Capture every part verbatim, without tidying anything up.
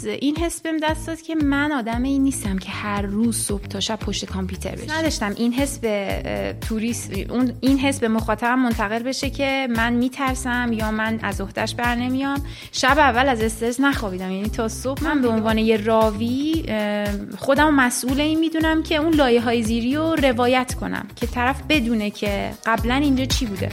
این حس بهم دست داد که من آدم این نیستم که هر روز صبح تا شب پشت کامپیوتر بشم. نداشتم این حس به توریست اون این حس به مخاطبم منتقل بشه که من میترسم یا من از عهده‌اش برنمیام. شب اول از استرس نخوابیدم، یعنی تا صبح من به عنوان یه راوی خودم مسئول این میدونم که اون لایه‌های زیری رو روایت کنم که طرف بدونه که قبلا اینجا چی بوده.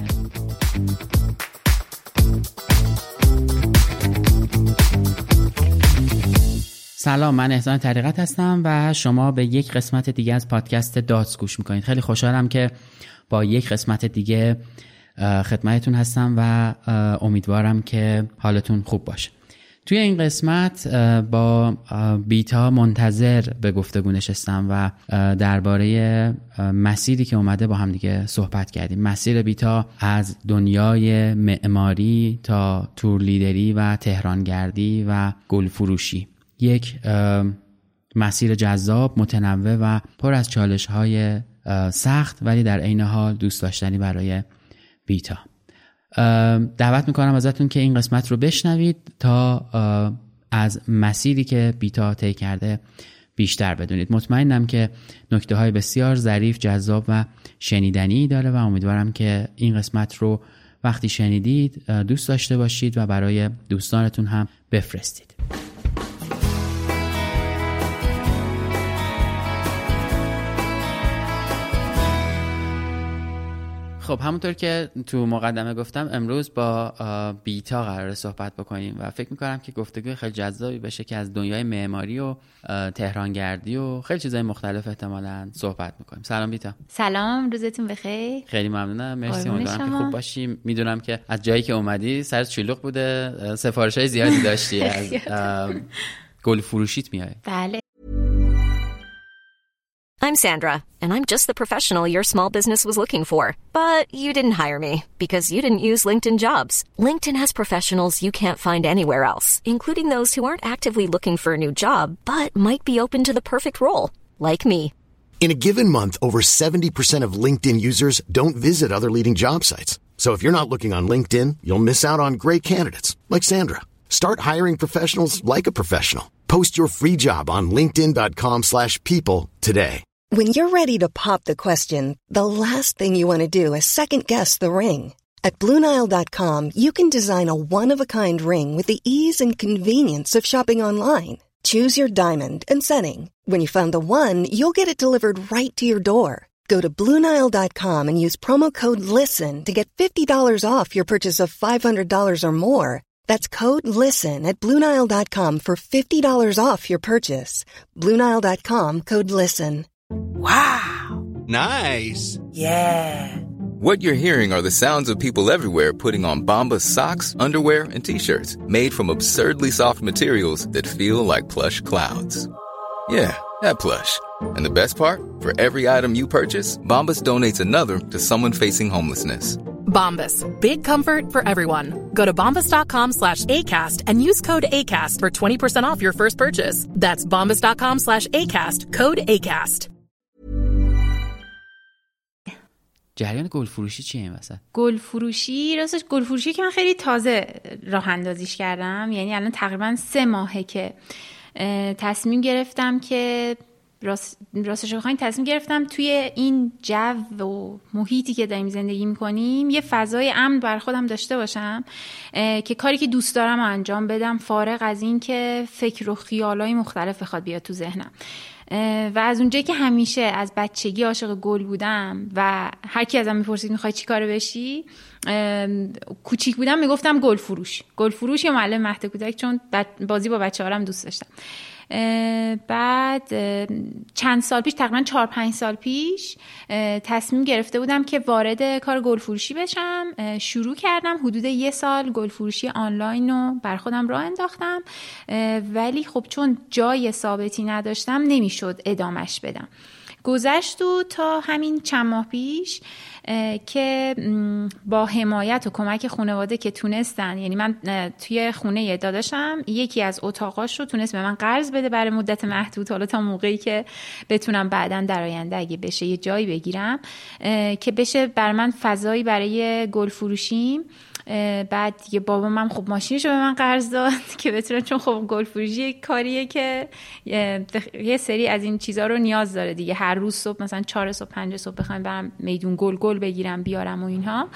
سلام، من احسان طریقت هستم و شما به یک قسمت دیگه از پادکست داتس گوش میکنید. خیلی خوشحالم که با یک قسمت دیگه خدمتتون هستم و امیدوارم که حالتون خوب باشه. توی این قسمت با بیتا منتظر به گفتگو نشستم و درباره مسیری که اومده با هم دیگه صحبت کردیم. مسیر بیتا از دنیای معماری تا تور لیدری و تهرانگردی و گل فروشی، یک مسیر جذاب، متنوع و پر از چالش‌های سخت ولی در عین حال دوست داشتنی برای بیتا. دعوت میکنم ازتون که این قسمت رو بشنوید تا از مسیری که بیتا طی کرده بیشتر بدونید. مطمئنم که نکته‌های بسیار ظریف، جذاب و شنیدنی داره و امیدوارم که این قسمت رو وقتی شنیدید دوست داشته باشید و برای دوستانتون هم بفرستید. خب همونطور که تو مقدمه گفتم امروز با بیتا قراره صحبت بکنیم و فکر میکنم که گفتگوی خیلی جذابی بشه که از دنیای معماری و تهرانگردی و خیلی چیزای مختلف احتمالاً صحبت میکنیم. سلام بیتا. سلام، روزتون بخیر. خیلی ممنونم، مرسی. امیدوارم که خوب باشی. میدونم که از جایی که اومدی سرت شلوغ بوده، سفارشای زیادی داشتی، از گل فروشیت میای. بله. I'm Sandra, and I'm just the professional your small business was looking for. But you didn't hire me because you didn't use LinkedIn Jobs. LinkedIn has professionals you can't find anywhere else, including those who aren't actively looking for a new job, but might be open to the perfect role, like me. In a given month, over seventy percent of LinkedIn users don't visit other leading job sites. So if you're not looking on LinkedIn, you'll miss out on great candidates, like Sandra. Start hiring professionals like a professional. Post your free job on linkedin.com slash people today. When you're ready to pop the question, the last thing you want to do is second-guess the ring. At Blue Nile dot com, you can design a one-of-a-kind ring with the ease and convenience of shopping online. Choose your diamond and setting. When you find the one, you'll get it delivered right to your door. Go to Blue Nile dot com and use promo code LISTEN to get fifty dollars off your purchase of five hundred dollars or more. That's code LISTEN at Blue Nile dot com for fifty dollars off your purchase. Blue Nile dot com, code LISTEN. Wow! Nice! Yeah! What you're hearing are the sounds of people everywhere putting on Bombas socks, underwear, and T-shirts made from absurdly soft materials that feel like plush clouds. Yeah, that plush. And the best part? For every item you purchase, Bombas donates another to someone facing homelessness. Bombas. Big comfort for everyone. Go to bombas.com slash ACAST and use code ACAST for twenty percent off your first purchase. That's bombas.com slash ACAST. Code ACAST. جریان گل فروشی چیه این وسط؟ گل فروشی راستش گل فروشی که من خیلی تازه راه اندازیش کردم، یعنی الان تقریبا سه ماهه که تصمیم گرفتم که راست راستش بخواین تصمیم گرفتم توی این جو و محیطی که داریم زندگی میکنیم یه فضای امن بر خودم داشته باشم که کاری که دوست دارم انجام بدم، فارغ از این که فکر و خیالای مختلف بخواد بیاد تو ذهنم. و از اونجایی که همیشه از بچگی عاشق گل بودم و هر کی ازم میپرسید میخوای چی کاره بشی، کوچیک بودم میگفتم گل فروش گل فروش یا معلم مهد کودک، چون بازی با بچه‌هام دوست داشتم. بعد چند سال پیش، تقریبا چهار پنج سال پیش تصمیم گرفته بودم که وارد کار گل فروشی بشم. شروع کردم، حدود یه سال گل فروشی آنلاین رو بر خودم راه انداختم، ولی خب چون جای ثابتی نداشتم نمیشد ادامش بدم. گذشت و تا همین چند ماه پیش که با حمایت و کمک خانواده که تونستن، یعنی من توی خونه داداشم یکی از اتاقاش رو تونست به من قرض بده برای مدت محدود، حالا تا موقعی که بتونم بعداً در آینده اگه بشه یه جایی بگیرم که بشه بر من فضایی برای گل فروشیم بعد دیگه بابام هم خب ماشینشو به من قرض داد که بتونم، چون خب گل فروشی کاریه که یه سری از این چیزا رو نیاز داره دیگه، هر روز صبح مثلا چهار صبح پنج صبح بخوام برم میدون گل گل بگیرم بیارم و اینها.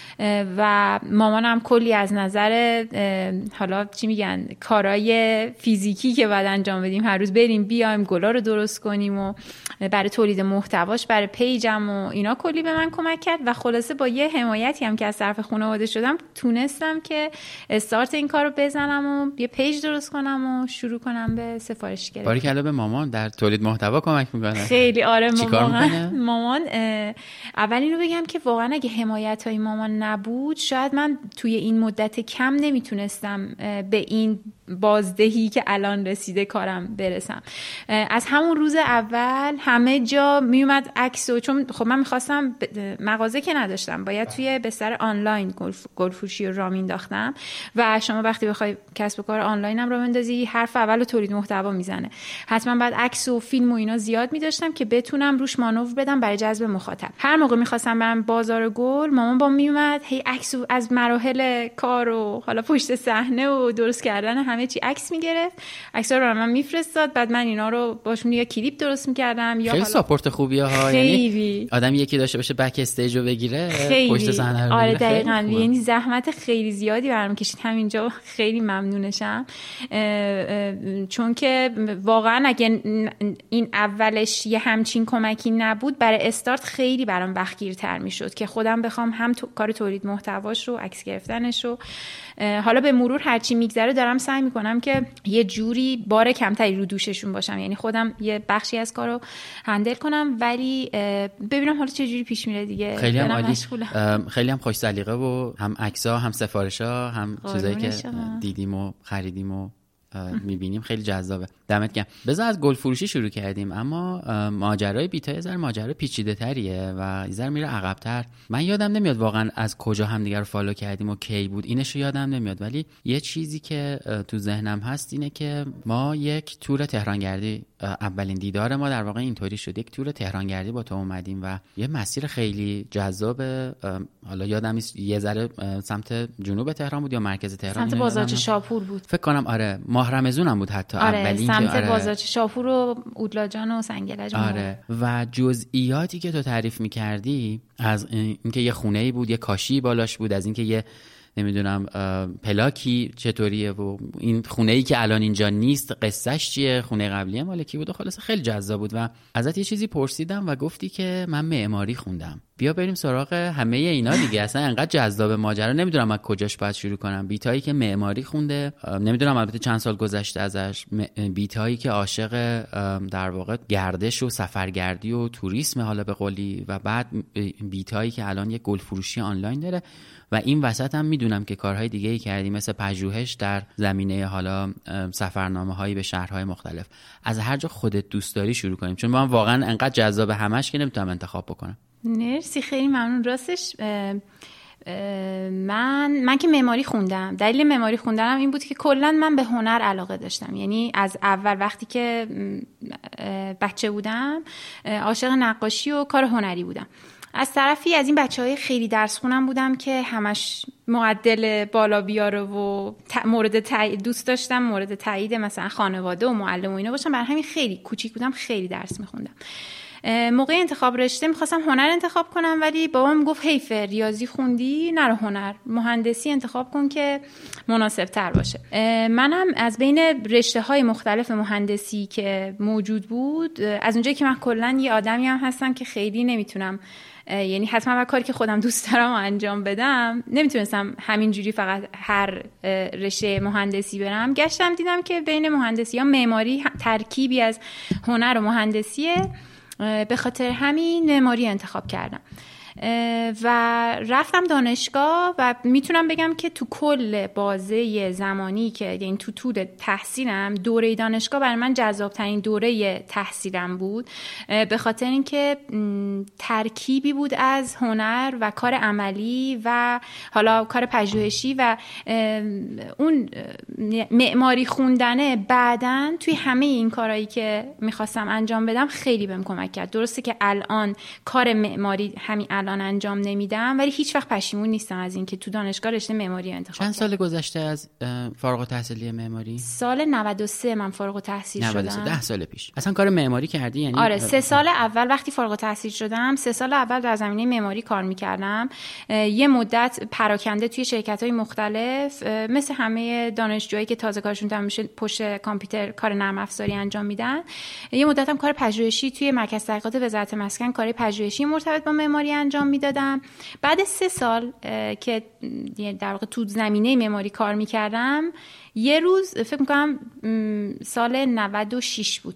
و مامانم کلی از نظر حالا چی میگن کارهای فیزیکی که باید انجام بدیم، هر روز بریم بیایم گلا رو درست کنیم و برای تولید محتواش برای پیجم و اینا کلی به من کمک کرد و خلاصه با یه حمایتی هم که از طرف خانواده شدم تونستم که استارت این کارو بزنم و یه پیج درست کنم و شروع کنم به سفارش گرفتن. باریکلا به مامان در تولید محتوا کمک میکنه. خیلی آره مامان. مامان اول اینو بگم که واقعا اگه حمایتای مامان نبود شاید من توی این مدت کم نمیتونستم به این بازدهی که الان رسیده کارم برسم. از همون روز اول همه جا میومد عکس و چون خب من میخواستم مغازه که نداشتم، باید توی بستر آنلاین گل فروشی رو راه مینداختم و شما وقتی بخوای کسب و کار آنلاین هم راه بندازی حرف اولو تولید محتوا میزنه، حتما بعد عکس و فیلم و اینا زیاد میداشتم که بتونم روش مانور بدم برای جذب مخاطب. هر موقع میخواستم برم بازار گل مامان با میومد هی عکس از مراحل کار و حالا پشت صحنه و درست کردن همه چی عکس میگرفت، عکس‌ها رو من میفرستاد، بعد من اینا رو باشون یا کلیپ درست میکردم یا خیلی ساپورت خوبیه ها. یعنی آدم یکی داشته باشه بک استیج رو بگیره خیلی. پشت صحنه رو آره دقیقاً، یعنی زحمت خیلی زیادی برام کشید همینجا، خیلی ممنونشم چون که واقعا اگه این اولش یه همچین کمکی نبود برای استارت خیلی برام وقتگیرتر میشد که خودم بخوام هم تو... کار تولید محتواش رو عکس گرفتنش رو. حالا به مرور هرچی میگذره دارم سعی میکنم که یه جوری بار کمتری رو دوششون باشم، یعنی خودم یه بخشی از کارو هندل کنم ولی ببینم حالا چه جوری پیش میره دیگه. خیلی هم عالی، خیلی هم خوش سلیقه و هم عکس‌ها هم سفارش‌ها هم چیزایی که دیدیم و خریدیم و میبینیم خیلی جذابه. دمت گرم. بذار از گل فروشی شروع کردیم اما ماجرای بیتا یه ذره ماجرا پیچیده تریه و یه ذره میره عقب‌تر. من یادم نمیاد واقعا از کجا همدیگه رو فالو کردیم و کی بود، اینش یادم نمیاد، ولی یه چیزی که تو ذهنم هست اینه که ما یک تور تهرانگردی، اولین دیدار ما در واقع اینطوری شد، یک تور تهرانگردی با تو اومدیم و یه مسیر خیلی جذاب، حالا یادم نیست یه ذره سمت جنوب تهران بود یا مرکز تهران، سمت بازارچه شاپور بود فکر کنم. آره ماه رمضون هم بود حتی. آره اولین سمت آره. بازارچه شاپور و اودلاجان و سنگلج. آره و جزئیاتی که تو تعریف می‌کردی از اینکه یه خونه‌ای بود، یه کاشی بالاش بود، از اینکه یه نمیدونم پلاکی چطوریه و این خونه‌ای که الان اینجا نیست قصهش چیه، خونه قبلی مال کی بود و خلاص خیلی جذاب بود. و ازت یه چیزی پرسیدم و گفتی که من معماری خوندم. بیا بریم سراغ همه اینا دیگه. اصلا انقدر جذاب ماجرا، نمیدونم از کجاش باید شروع کنم. بیتایی که معماری خونده، نمیدونم البته چند سال گذشته ازش، بیتایی که عاشق در واقع گردش و سفرگردی و توریسم حالا به قولی، و بعد بیتایی که الان یه گل فروشی آنلاین داره و این وسط هم میدونم که کارهای دیگه ای کردی مثل پژوهش در زمینه حالا سفرنامه هایی به شهرهای مختلف. از هر جا خودت دوست داری شروع کنیم چون من واقعا انقدر جذاب همش که نمیتونم انتخاب بکنم. مرسی خیلی ممنون. راستش من من که معماری خوندم، دلیل معماری خوندنم این بود که کلا من به هنر علاقه داشتم، یعنی از اول وقتی که بچه بودم عاشق نقاشی و کار هنری بودم. از طرفی از این بچه‌های خیلی درس خونم بودم که همش معدل بالا بیاره و مورد تایید دوست داشتم، مورد تایید مثلا خانواده و معلم و اینا باشم، برای همین خیلی کوچیک بودم خیلی درس میخوندم. موقع انتخاب رشته میخواستم هنر انتخاب کنم ولی بابام گفت حیفه، ریاضی خوندی نرو هنر، مهندسی انتخاب کن که مناسب تر باشه. منم از بین رشته های مختلف مهندسی که موجود بود، از اونجایی که من کلا یه آدمی هم هستم که خیلی نمیتونم، یعنی حتما با کاری که خودم دوست دارم انجام بدم، نمیتونستم همینجوری فقط هر رشته مهندسی برم. گشتم دیدم که بین مهندسی یا معماری ترکیبی از هنر و مهندسیه، به خاطر همین معماری انتخاب کردم و رفتم دانشگاه و میتونم بگم که تو کل بازه زمانی که یعنی تو طول تحصیلم دوره دانشگاه برای من جذابترین دوره تحصیلم بود، به خاطر اینکه ترکیبی بود از هنر و کار عملی و حالا کار پژوهشی و اون معماری خوندنه بعدن توی همه این کارهایی که میخواستم انجام بدم خیلی بهم کمک کرد. درسته که الان کار معماری همین الان الان انجام نمیدم، ولی هیچ وقت پشیمون نیستم از اینکه تو دانشگاه رشته معماری انتخاب کردم. چند سال گذشته از فارغ التحصیلی معماری؟ سال نود و سه من فارغ التحصیل شدم. نود و سه، ده سال پیش. اصلا کار معماری کردی یعنی؟ آره، سه سال اول وقتی فارغ التحصیل شدم، سه سال اول در زمینه معماری کار می‌کردم. یه مدت پراکنده توی شرکت‌های مختلف مثل همه دانشجوهایی که تازه کارشون تموم میشه پشت کامپیوتر کار نرم افزاری انجام میدن. یه مدت هم کار پژوهشی توی مرکز تحقیقات وزارت مسکن کار پژوهشی مرتبط با معماری انجام میدادم. بعد سه سال که در واقع تو زمینه معماری کار میکردم، یه روز فکر میکنم سال نود و شش بود،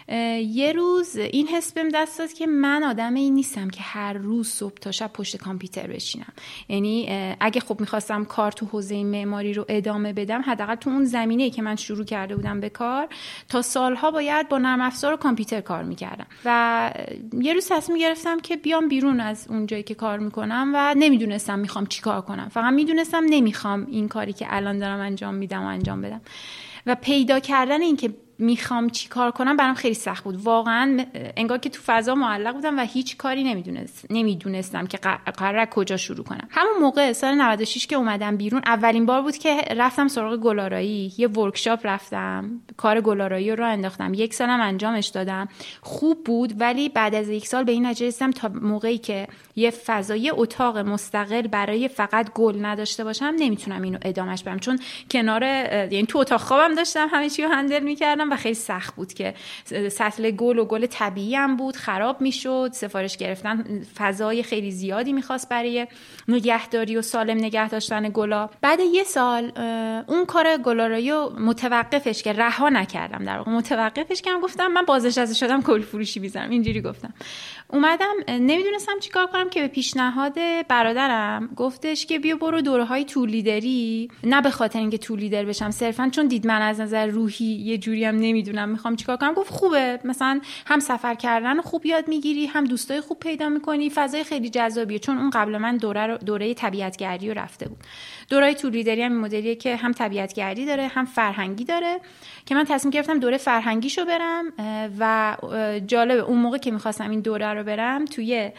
یه روز این حس بهم دست داد که من آدم این نیستم که هر روز صبح تا شب پشت کامپیوتر بشینم. یعنی اگه خب میخواستم کار تو حوزه معماری رو ادامه بدم، حداقل تو اون زمینه‌ای که من شروع کرده بودم به کار، تا سالها باید با نرم افزار و کامپیوتر کار میکردم. و یه روز تصمیم گرفتم که بیام بیرون از اون جایی که کار میکنم و نمیدونستم میخوام چی کار کنم. فقط میدونستم نمیخوام این کاری که الان دارم انجام میدم و انجام بدم. و پیدا کردن این که میخوام چی کار کنم برام خیلی سخت بود. واقعا انگار که تو فضا معلق بودم و هیچ کاری نمیدونست نمیدونستم که قراره کجا شروع کنم. همون موقع سال نود و شش که اومدم بیرون، اولین بار بود که رفتم سراغ گلارایی. یه ورکشاپ رفتم، کار گلارایی رو راه انداختم. یک سالم انجامش دادم، خوب بود. ولی بعد از یک سال به این نتیجه رسیدم تا موقعی که یه فضای اتاق مستقل برای فقط گل نداشته باشم نمیتونم اینو ادامهش بدم، چون کنار یعنی تو اتاق خوابم داشتم همه چی رو هندل میکردم و خیلی سخت بود که سطل گل و گل طبیعی هم بود، خراب میشد. سفارش گرفتن فضای خیلی زیادی میخواست برای نگهداری و سالم نگه داشتن گلا. بعد یه سال اون کار گلارایی رو متوقفش که رها نکردم، در واقع متوقفش کردم، گفتم من بازنشسته شدم گل فروشی میذارم. اینجوری گفتم. اومدم نمیدونستم چیکار کنم که به پیشنهاد برادرم گفتش که بیا برو دوره‌های تول لیدری، نه به خاطر اینکه تول لیدر بشم، صرفا چون دید من از نظر روحی یه جوری هم نمیدونم میخوام چیکار کنم. گفت خوبه، مثلا هم سفر کردن خوب یاد میگیری، هم دوستای خوب پیدا میکنی، فضای خیلی جذابیه. چون اون قبل من دوره دوره طبیعتگردی رو رفته بود. دوره تول لیدری هم این مدلیه که هم طبیعتگردی داره هم فرهنگی داره، که من تصمیم گرفتم دوره فرهنگیشو برم. و جالب اون موقع که میخواستم این دوره رو برم، توی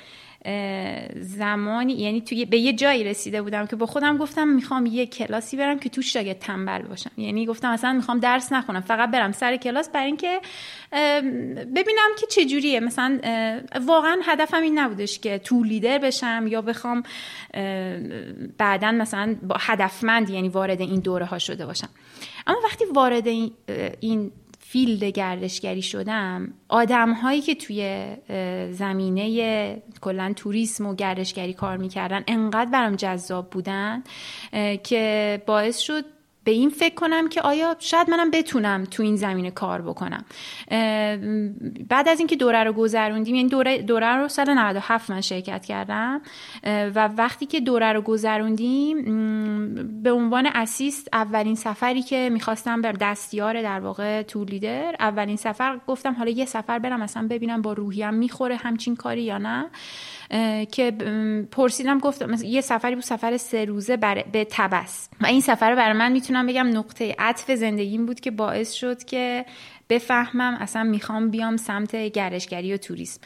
زمانی یعنی توی به یه جایی رسیده بودم که با خودم گفتم میخوام یه کلاسی برم که توش شاگرد تنبل باشم. یعنی گفتم اصلا میخوام درس نخونم، فقط برم سر کلاس برای اینکه ببینم که چه جوریه. مثلا واقعا هدفم این نبودش که تول لیدر بشم یا بخوام بعداً مثلا با هدفمند یعنی وارد این دوره ها شده باشم. اما وقتی وارد این, این فیلد گردشگری شدم، آدم هایی که توی زمینه کلن توریسم و گردشگری کار میکردن انقدر برام جذاب بودن که باعث شد به این فکر کنم که آیا شاید منم بتونم تو این زمینه کار بکنم. بعد از اینکه دوره رو گذروندیم، یعنی دوره دوره رو سال نود و هفت من شرکت کردم و وقتی که دوره رو گذروندیم به عنوان اسیست، اولین سفری که میخواستم بر دستیار در واقع تول لیدر، اولین سفر گفتم حالا یه سفر برم اصلا ببینم با روحیم میخوره همچین کاری یا نه. که پرسیدم، گفتم یه سفری بود، سفر سه روزه بر... به تبس. و این سفر برای من میتونم بگم نقطه عطف زندگیم بود که باعث شد که بفهمم اصلا میخوام بیام سمت گردشگری و توریسم.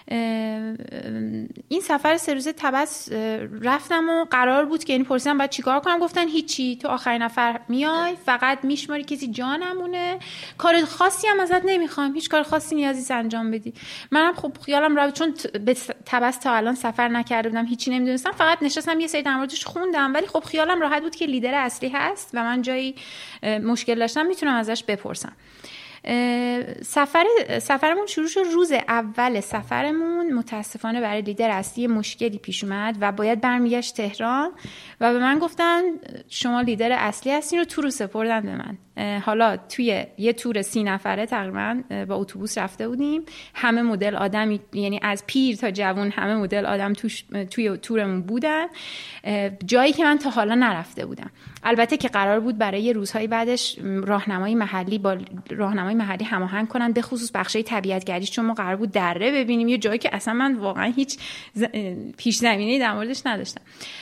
این سفر سه روزه تبس رفتم و قرار بود که یعنی پرسیدم بعد چیکار کنم، گفتن هیچی، تو آخرین نفر میای، فقط میشماری کسی جا نمونه، کار خاصی هم ازت نمیخوام، هیچ کار خاصی نیازی نیست انجام بدی. منم خب خیالم راحت، چون به تبس تا الان سفر نکرده بودم، هیچی نمیدونستم، فقط نشستم یه سری در موردش خوندم، ولی خب خیالم راحت بود که لیدر اصلی هست و من جایی مشکل داشتم میتونم ازش بپرسم. سفر سفرمون شروع شد. روز اول سفرمون متاسفانه برای لیدر اصلی مشکلی پیش اومد و باید برمیگشت تهران و به من گفتن شما لیدر اصلی هستین و تور رو سپردن به من. حالا توی یه تور سی نفره تقریبا با اتوبوس رفته بودیم، همه مدل آدمی، یعنی از پیر تا جوان همه مدل آدم توش توی تورمون بودن، جایی که من تا حالا نرفته بودم. البته که قرار بود برای روزهای بعدش راهنمای محلی با راهنمای محلی هماهنگ کنن، به خصوص بخشای طبیعتگردی، چون ما قرار بود دره ببینیم، یه جایی که اصلا من واقعا هیچ پیش زمینه‌ای در موردش نداشتم.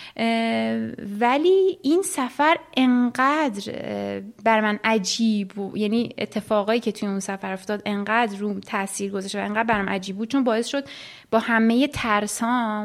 ولی این سفر انقدر بر من عجیب بود، یعنی اتفاقایی که توی اون سفر افتاد انقدر روم تاثیر گذاشت و انقدر برام عجیب بود، چون باعث شد با همه ترسام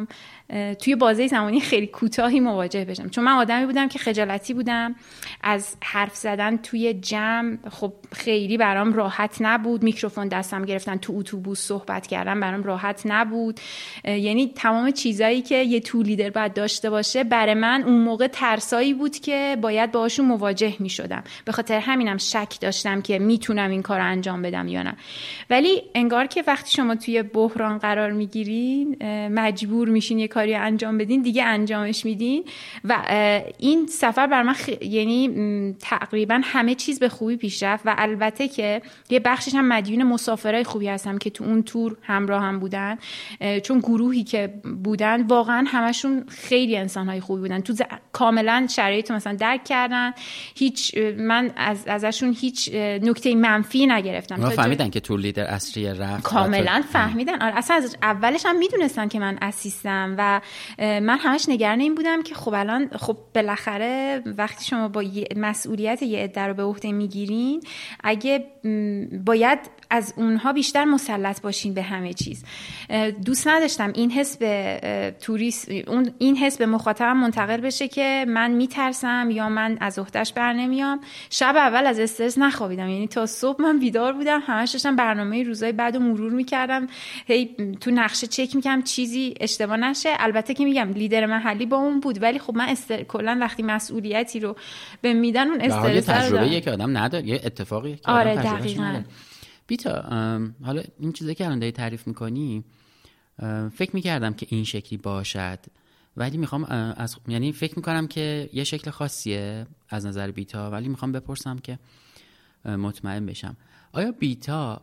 توی بازه زمانی خیلی کوتاهی مواجه بشم. چون من آدمی بودم که خجالتی بودم از حرف زدن توی جمع. خب خیلی برام راحت نبود. میکروفون دستم گرفتن تو اتوبوس صحبت کردن برام راحت نبود. یعنی تمام چیزایی که یه تو لیدر باید داشته باشه برای من اون موقع ترسایی بود که باید باهاشون مواجه میشدم. به خاطر همینم شک داشتم که میتونم این کارو انجام بدم یا نه. ولی انگار که وقتی شما توی بحران قرار میگیرین، مجبور میشین یه کاری انجام بدین، دیگه انجامش میدین. و این سفر بر من خ... یعنی تقریبا همه چیز به خوبی پیش رفت. و البته که یه بخشش هم مدیون مسافرای خوبی هستم که تو اون تور همراه هم بودن، چون گروهی که بودن واقعا همشون خیلی انسانهای خوبی بودن. تو ز... کاملا شرایط مثلا درک کردن. هیچ من از ازشون هیچ نکته منفی نگرفتم. ما فهمیدن که تور لیدر اصلی رفت. کاملا فهمیدن. آره اصلا از اولش هم میدونستن که من اسیستم و من همش نگران این بودم که خب الان خب بالاخره وقتی شما با مسئولیت یه عده رو به عهده میگیرین، اگه باید از اونها بیشتر مسلط باشین به همه چیز. دوست نداشتم این حس به توریست اون این حس به مخاطبم منتقل بشه که من میترسم یا من از عهدهش بر نمیام. شب اول از استرس نخوابیدم، یعنی تا صبح من بیدار بودم، همش داشتم برنامه روزای بعدو مرور میکردم، هی تو نقشه چک میکردم چیزی اشتباه نشه. البته که میگم لیدر محلی با اون بود، ولی خب من استر... کلا وقتی مسئولیتی رو به میدن اون استرس رو تجربه که آدم نداره، یه اتفاقی که آره آدم تجربهش دقیقاً. بیتا حالا این چیزایی که الان داری تعریف میکنی فکر میکردم که این شکلی باشد، ولی میخوام از یعنی فکر میکنم که یه شکل خاصیه از نظر بیتا، ولی میخوام بپرسم که مطمئن بشم آیا بیتا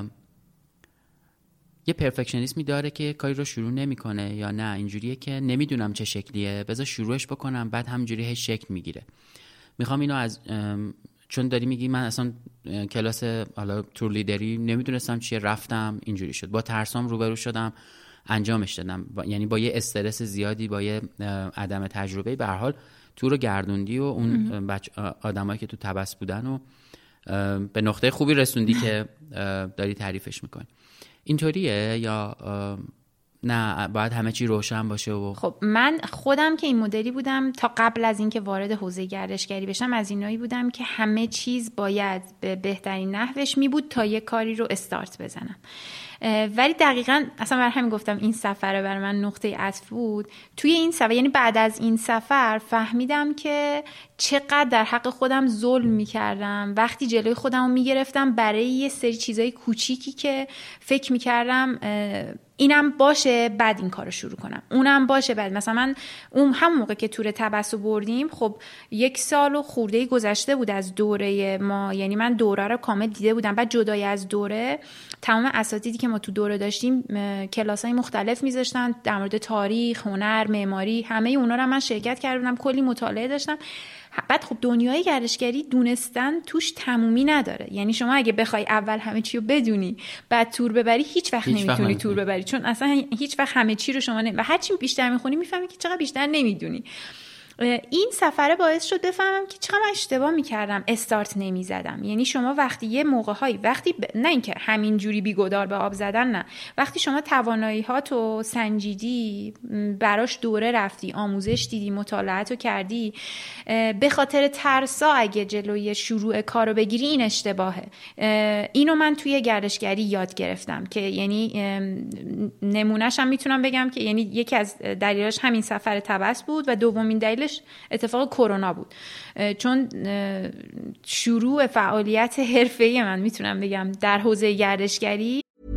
یه پرفکشنیسمی داره که کاری رو شروع نمیکنه یا نه اینجوریه که نمیدونم چه شکلیه بذار شروعش بکنم بعد همینجوری هی شکل میگیره؟ میخوام اینو از چون داری میگی من اصلا کلاس حالا تور لیدری نمیدونستم چیه، رفتم اینجوری شد، با ترسام روبرو شدم انجامش دادم، با... یعنی با یه استرس زیادی، با یه عدم تجربه به هر حال تور رو گردوندی و اون بچ... آدمایی که تو تبس بودن و به نقطه خوبی رسوندی که داری تعریفش میکنی. اینطوریه یا نه باید همه چی روشن باشه؟ و خب من خودم که این مدلی بودم تا قبل از اینکه وارد حوزه گردشگری بشم، از اینایی بودم که همه چیز باید به بهترین نحوش می بود تا یه کاری رو استارت بزنم. ولی دقیقاً اصلا برای همین گفتم این سفر برای من نقطه عطف بود. توی این سفر، یعنی بعد از این سفر فهمیدم که چقدر در حق خودم ظلم می‌کردم وقتی جلوی خودم رو می‌گرفتم برای یه سری چیزای کوچیکی که فکر می‌کردم اینم باشه بعد این کارو شروع کنم، اونم باشه بعد. مثلا من اون همون موقع که تور تبسو بردیم، خب یک سال و خورده‌ای گذشته بود از دوره ما، یعنی من دوره رو کامل دیده بودم. بعد جدای از دوره تمام اساتیدی که ما تو دوره داشتیم کلاسای مختلف میذاشتن در مورد تاریخ، هنر، معماری، همه اونا رو من شرکت کردم، کلی مطالعه داشتم. بعد خب دنیای گردشگری دونستن توش تمومی نداره، یعنی شما اگه بخوای اول همه چی رو بدونی بعد تور ببری هیچ وقت هیچ نمیتونی تور ببری، چون اصلا هیچ وقت همه چی رو شما نمی... و هر چی بیشتر میخونی میفهمی که چقدر بیشتر نمیدونی. این سفره باعث شد بفهمم که چقدر اشتباه میکردم استارت نمیزدم. یعنی شما وقتی یه موقع هایی وقتی ب... نه اینکه همین جوری بیگدار به آب زدن، نه، وقتی شما توانایی هاتو سنجیدی، براش دوره رفتی، آموزش دیدی، مطالعاتو کردی، به خاطر ترسا اگه جلوی شروع کارو بگیری این اشتباهه. اینو من توی گردشگری یاد گرفتم که یعنی نمونهش هم میتونم بگم که یعنی یکی از دلایلش همین سفر تبس بود و دومین دلیل اتفاق کرونا بود، چون شروع فعالیت حرفه‌ای من میتونم بگم در حوزه گردشگری.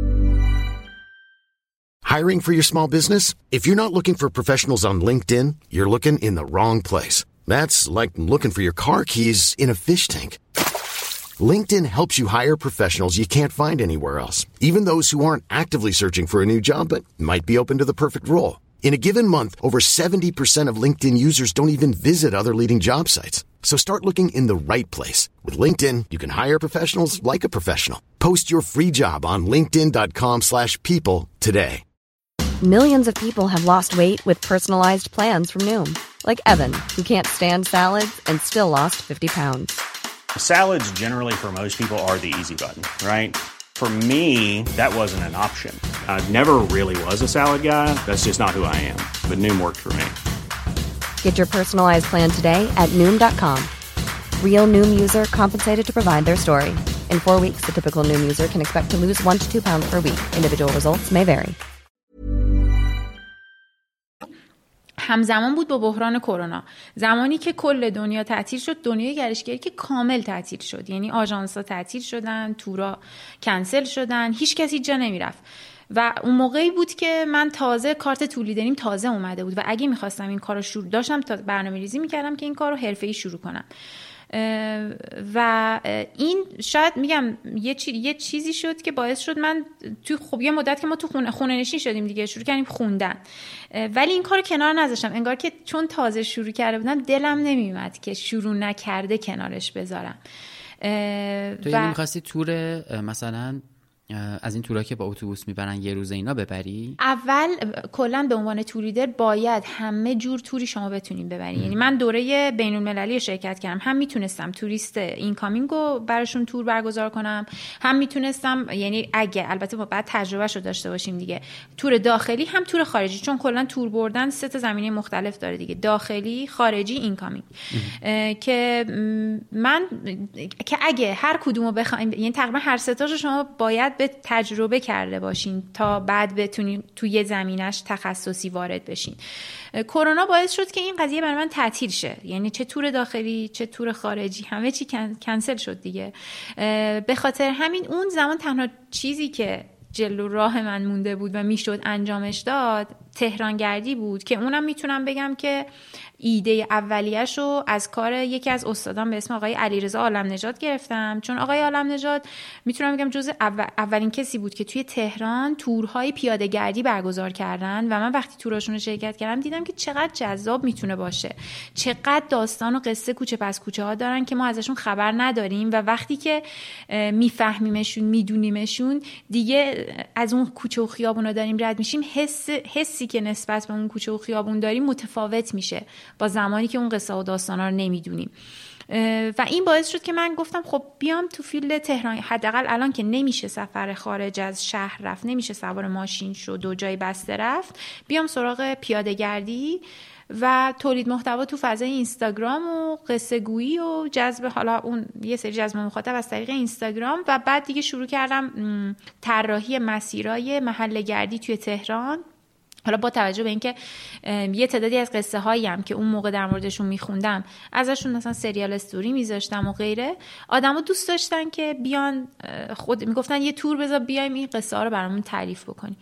Hiring for your small business? If you're not looking for professionals on LinkedIn, you're looking in the wrong place. That's like looking for your car keys in a fish tank. LinkedIn helps you hire professionals you can't find anywhere else, even those who aren't actively searching for a new job but might be open to the perfect role. In a given month, over seventy percent of LinkedIn users don't even visit other leading job sites. So start looking in the right place. With LinkedIn, you can hire professionals like a professional. Post your free job on linkedin dot com slash people today. Millions of people have lost weight with personalized plans from Noom. Like Evan, who can't stand salads and still lost fifty pounds. Salads generally for most people are the easy button, right? For me, that wasn't an option. I never really was a salad guy. That's just not who I am. But Noom worked for me. Get your personalized plan today at noom dot com. Real Noom user compensated to provide their story. In four weeks, the typical Noom user can expect to lose one to two pounds per week. Individual results may vary. همزمان بود با بحران کرونا، زمانی که کل دنیا تعطیل شد، دنیای گردشگری که کامل تعطیل شد، یعنی آژانس‌ها تعطیل شدن، تورا کنسل شدن، هیچ کسی جا نمیرفت. و اون موقعی بود که من تازه کارت تولیدنیم تازه اومده بود و اگه میخواستم این کارو شروع داشتم تا برنامه‌ریزی میکردم که این کارو حرفه‌ای شروع کنم. و این شاید میگم یه, چی، یه چیزی شد که باعث شد من تو خب یه مدت که ما تو خونه, خونه نشین شدیم دیگه، شروع کردیم خوندن، ولی این کارو کنار نذاشتم. انگار که چون تازه شروع کرده بودم دلم نمیومد که شروع نکرده کنارش بذارم. تو یعنی میخواستی تور مثلا از این تورا که با اتوبوس میبرن یه روز اینا ببری؟ اول کلا به عنوان تور لیدر باید همه جور توری شما بتونین ببرین. یعنی من دوره بین المللی شرکت کردم، هم میتونستم توریست اینکامینگ رو براشون تور برگزار کنم، هم میتونستم، یعنی اگه البته بعد تجربهشو داشته باشیم دیگه، تور داخلی هم تور خارجی، چون کلا تور بردن سه تا زمینه مختلف داره دیگه، داخلی، خارجی، اینکامینگ. که من که اگه هر کدومو بخوایم، یعنی تقریبا هر سه تاشو شما باید به تجربه کرده باشین تا بعد بتونین توی زمینش تخصصی وارد بشین. کرونا باعث شد که این قضیه برای من تعطیل شه، یعنی چه تور داخلی چه تور خارجی همه چی کنسل شد دیگه. به خاطر همین اون زمان تنها چیزی که جلو راه من مونده بود و میشد انجامش داد تهرانگردی بود، که اونم میتونم بگم که ایده اولیه‌شو از کار یکی از استادان به اسم آقای علیرضا عالم‌نژاد گرفتم، چون آقای عالم‌نژاد میتونم بگم جز اول، اولین کسی بود که توی تهران تورهای پیاده‌گردی برگزار کردن و من وقتی توراشون رو شرکت کردم دیدم که چقدر جذاب میتونه باشه، چقدر داستان و قصه کوچه پس کوچه ها دارن که ما ازشون خبر نداریم و وقتی که میفهمیمشون میدونیمشون دیگه از اون کوچه و خیابونا داریم رد میشیم، حس حسی که نسبت به اون کوچه و خیابون داریم متفاوت میشه با زمانی که اون قصه و داستانا رو نمیدونیم. و این باعث شد که من گفتم خب بیام تو فیلد تهران، حداقل الان که نمیشه سفر خارج از شهر رفت، نمیشه سوار ماشین شد و جای بسته رفت، بیام سراغ پیاده‌گردی و تولید محتوا تو فضای اینستاگرام و قصه گویی و جذب، حالا اون یه سری جذب مخاطب از طریق اینستاگرام، و بعد دیگه شروع کردم طراحی مسیرای محله گردی توی تهران. حالا با توجه به اینکه یه تعدادی از قصه هایی هم که اون موقع در موردشون میخوندم ازشون مثلا سریال استوری میذاشتم و غیره، آدما دوست داشتن که بیان خود میگفتن یه تور بذار بیایم این قصه ها رو برامون تعریف بکنی.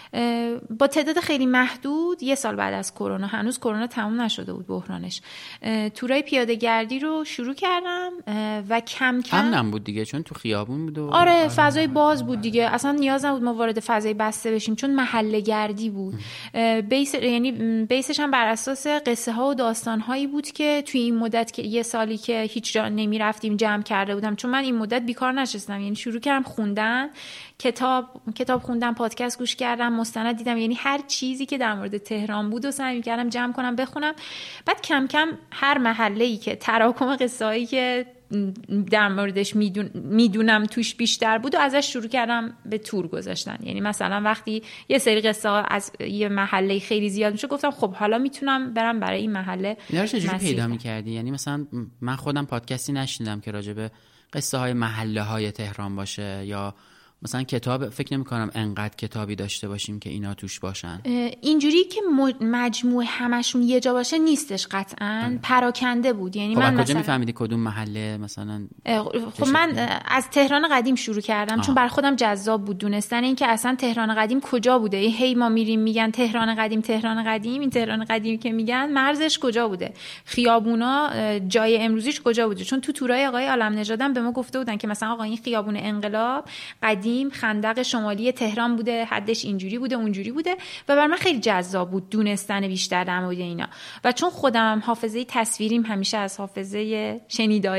با تعداد خیلی محدود یه سال بعد از کرونا، هنوز کرونا تموم نشده بود بحرانش، تورای پیاده گردی رو شروع کردم و کم کم امنم بود دیگه، چون تو خیابون بود و آره, آره فضای باز بود دیگه، اصلا نیاز نبود ما وارد فضای بسته بشیم چون محله گردی بود. بیس یعنی بیسش هم بر اساس قصه ها و داستان هایی بود که توی این مدت که یه سالی که هیچ جا نمی رفتیم جمع کرده بودم، چون من این مدت بیکار نشستم، یعنی شروع کردم خوندن، کتاب کتاب خوندم، پادکست گوش کردم، مستند دیدم، یعنی هر چیزی که در مورد تهران بود و سعی کردم جمع کنم بخونم. بعد کم کم هر محله‌ای که تراکم قصه‌ای که در موردش میدون میدونم توش بیشتر بود و ازش شروع کردم به تور گذاشتن. یعنی مثلا وقتی یه سری قصه ها از یه محله خیلی زیاد میشه گفتم خب حالا میتونم برم برای این محله. اینا چجوری پیدا می‌کردی؟ یعنی مثلا من خودم پادکستی نشنیدم که راجع به قصه های محله های تهران باشه، یا مثلا کتاب فکر نمی کنم انقدر کتابی داشته باشیم که اینا توش باشن. اینجوری که مجموع همشون یه جا باشه نیستش قطعاً، اه. پراکنده بود. یعنی خب من کجا مثلا میفهمیدی کدوم محله مثلا؟ خب من از تهران قدیم شروع کردم، آه. چون برای خودم جذاب بود دونستن این که اصلا تهران قدیم کجا بوده. هی ما میریم میگن تهران قدیم تهران قدیم، این تهران قدیم که میگن مرزش کجا بوده، خیابونا جای امروزیش کجا بوده. چون تو تورای آقای عالم‌نژاد به ما گفته بودن که مثلا آقا این خیابون انقلاب قدیم خندق شمالی تهران بوده، حدش اینجوری بوده اونجوری بوده، و برای من خیلی جذاب بود دونستن بیشتر در مورد اینا. و چون خودم حافظه تصویریم همیشه از حافظه شنیداریم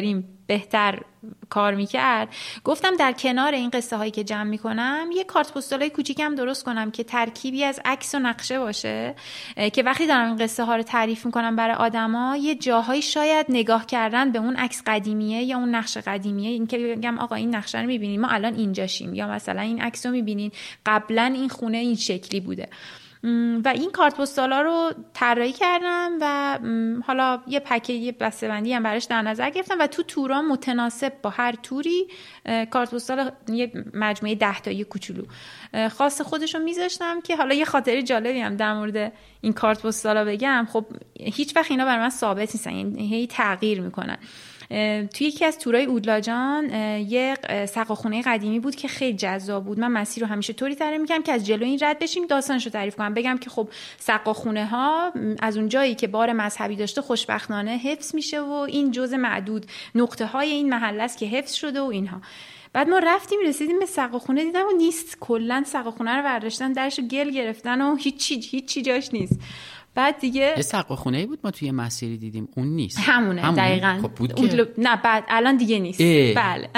بهتر کار میکرد، گفتم در کنار این قصه هایی که جمع میکنم یه کارت پستالای کوچیکم درست کنم که ترکیبی از عکس و نقشه باشه که وقتی دارم این قصه ها رو تعریف میکنم برای آدما یه جاهایی شاید نگاه کردن به اون عکس قدیمیه یا اون نقشه قدیمیه، این که بگم آقا این نقشه رو میبینین ما الان اینجاشیم، یا مثلا این عکس رو میبینین قبلا این خونه این شکلی بوده. و این کارت پستالا رو طراحی کردم و حالا یه پکیج یه بسته‌بندی هم براش در نظر گرفتم و تو تورا متناسب با هر توری کارت پستال یه مجموعه ده تایی کوچولو خاص خودش رو میذاشتم که حالا یه خاطره جالبی هم در مورد این کارت پستالا بگم. خب هیچ وقت اینا برای من ثابت نیستن، یعنی هی تغییر میکنن. توی یکی از تورای اودلاجان یه سقاخونه قدیمی بود که خیلی جذاب بود. من مسیر رو همیشه طوری طراحی می‌کردم که از جلو این رد بشیم داستانش رو تعریف کنم، بگم که خب سقاخونه ها از اون جایی که بار مذهبی داشته خوشبختانه حفظ میشه و این جزء معدود نقطه های این محله است که حفظ شده و اینها. بعد ما رفتیم رسیدیم به سقاخونه دیدم و نیست، کلا سقاخونه رو برداشتن درشو گل گرفتن و هیچ هیچ جاش نیست. بعد دیگه یه سقاخونه‌ای بود ما توی مسیری دیدیم، اون نیست. همونه, همونه. دقیقاً خب بود اون که... نه بعد الان دیگه نیست. اه. بله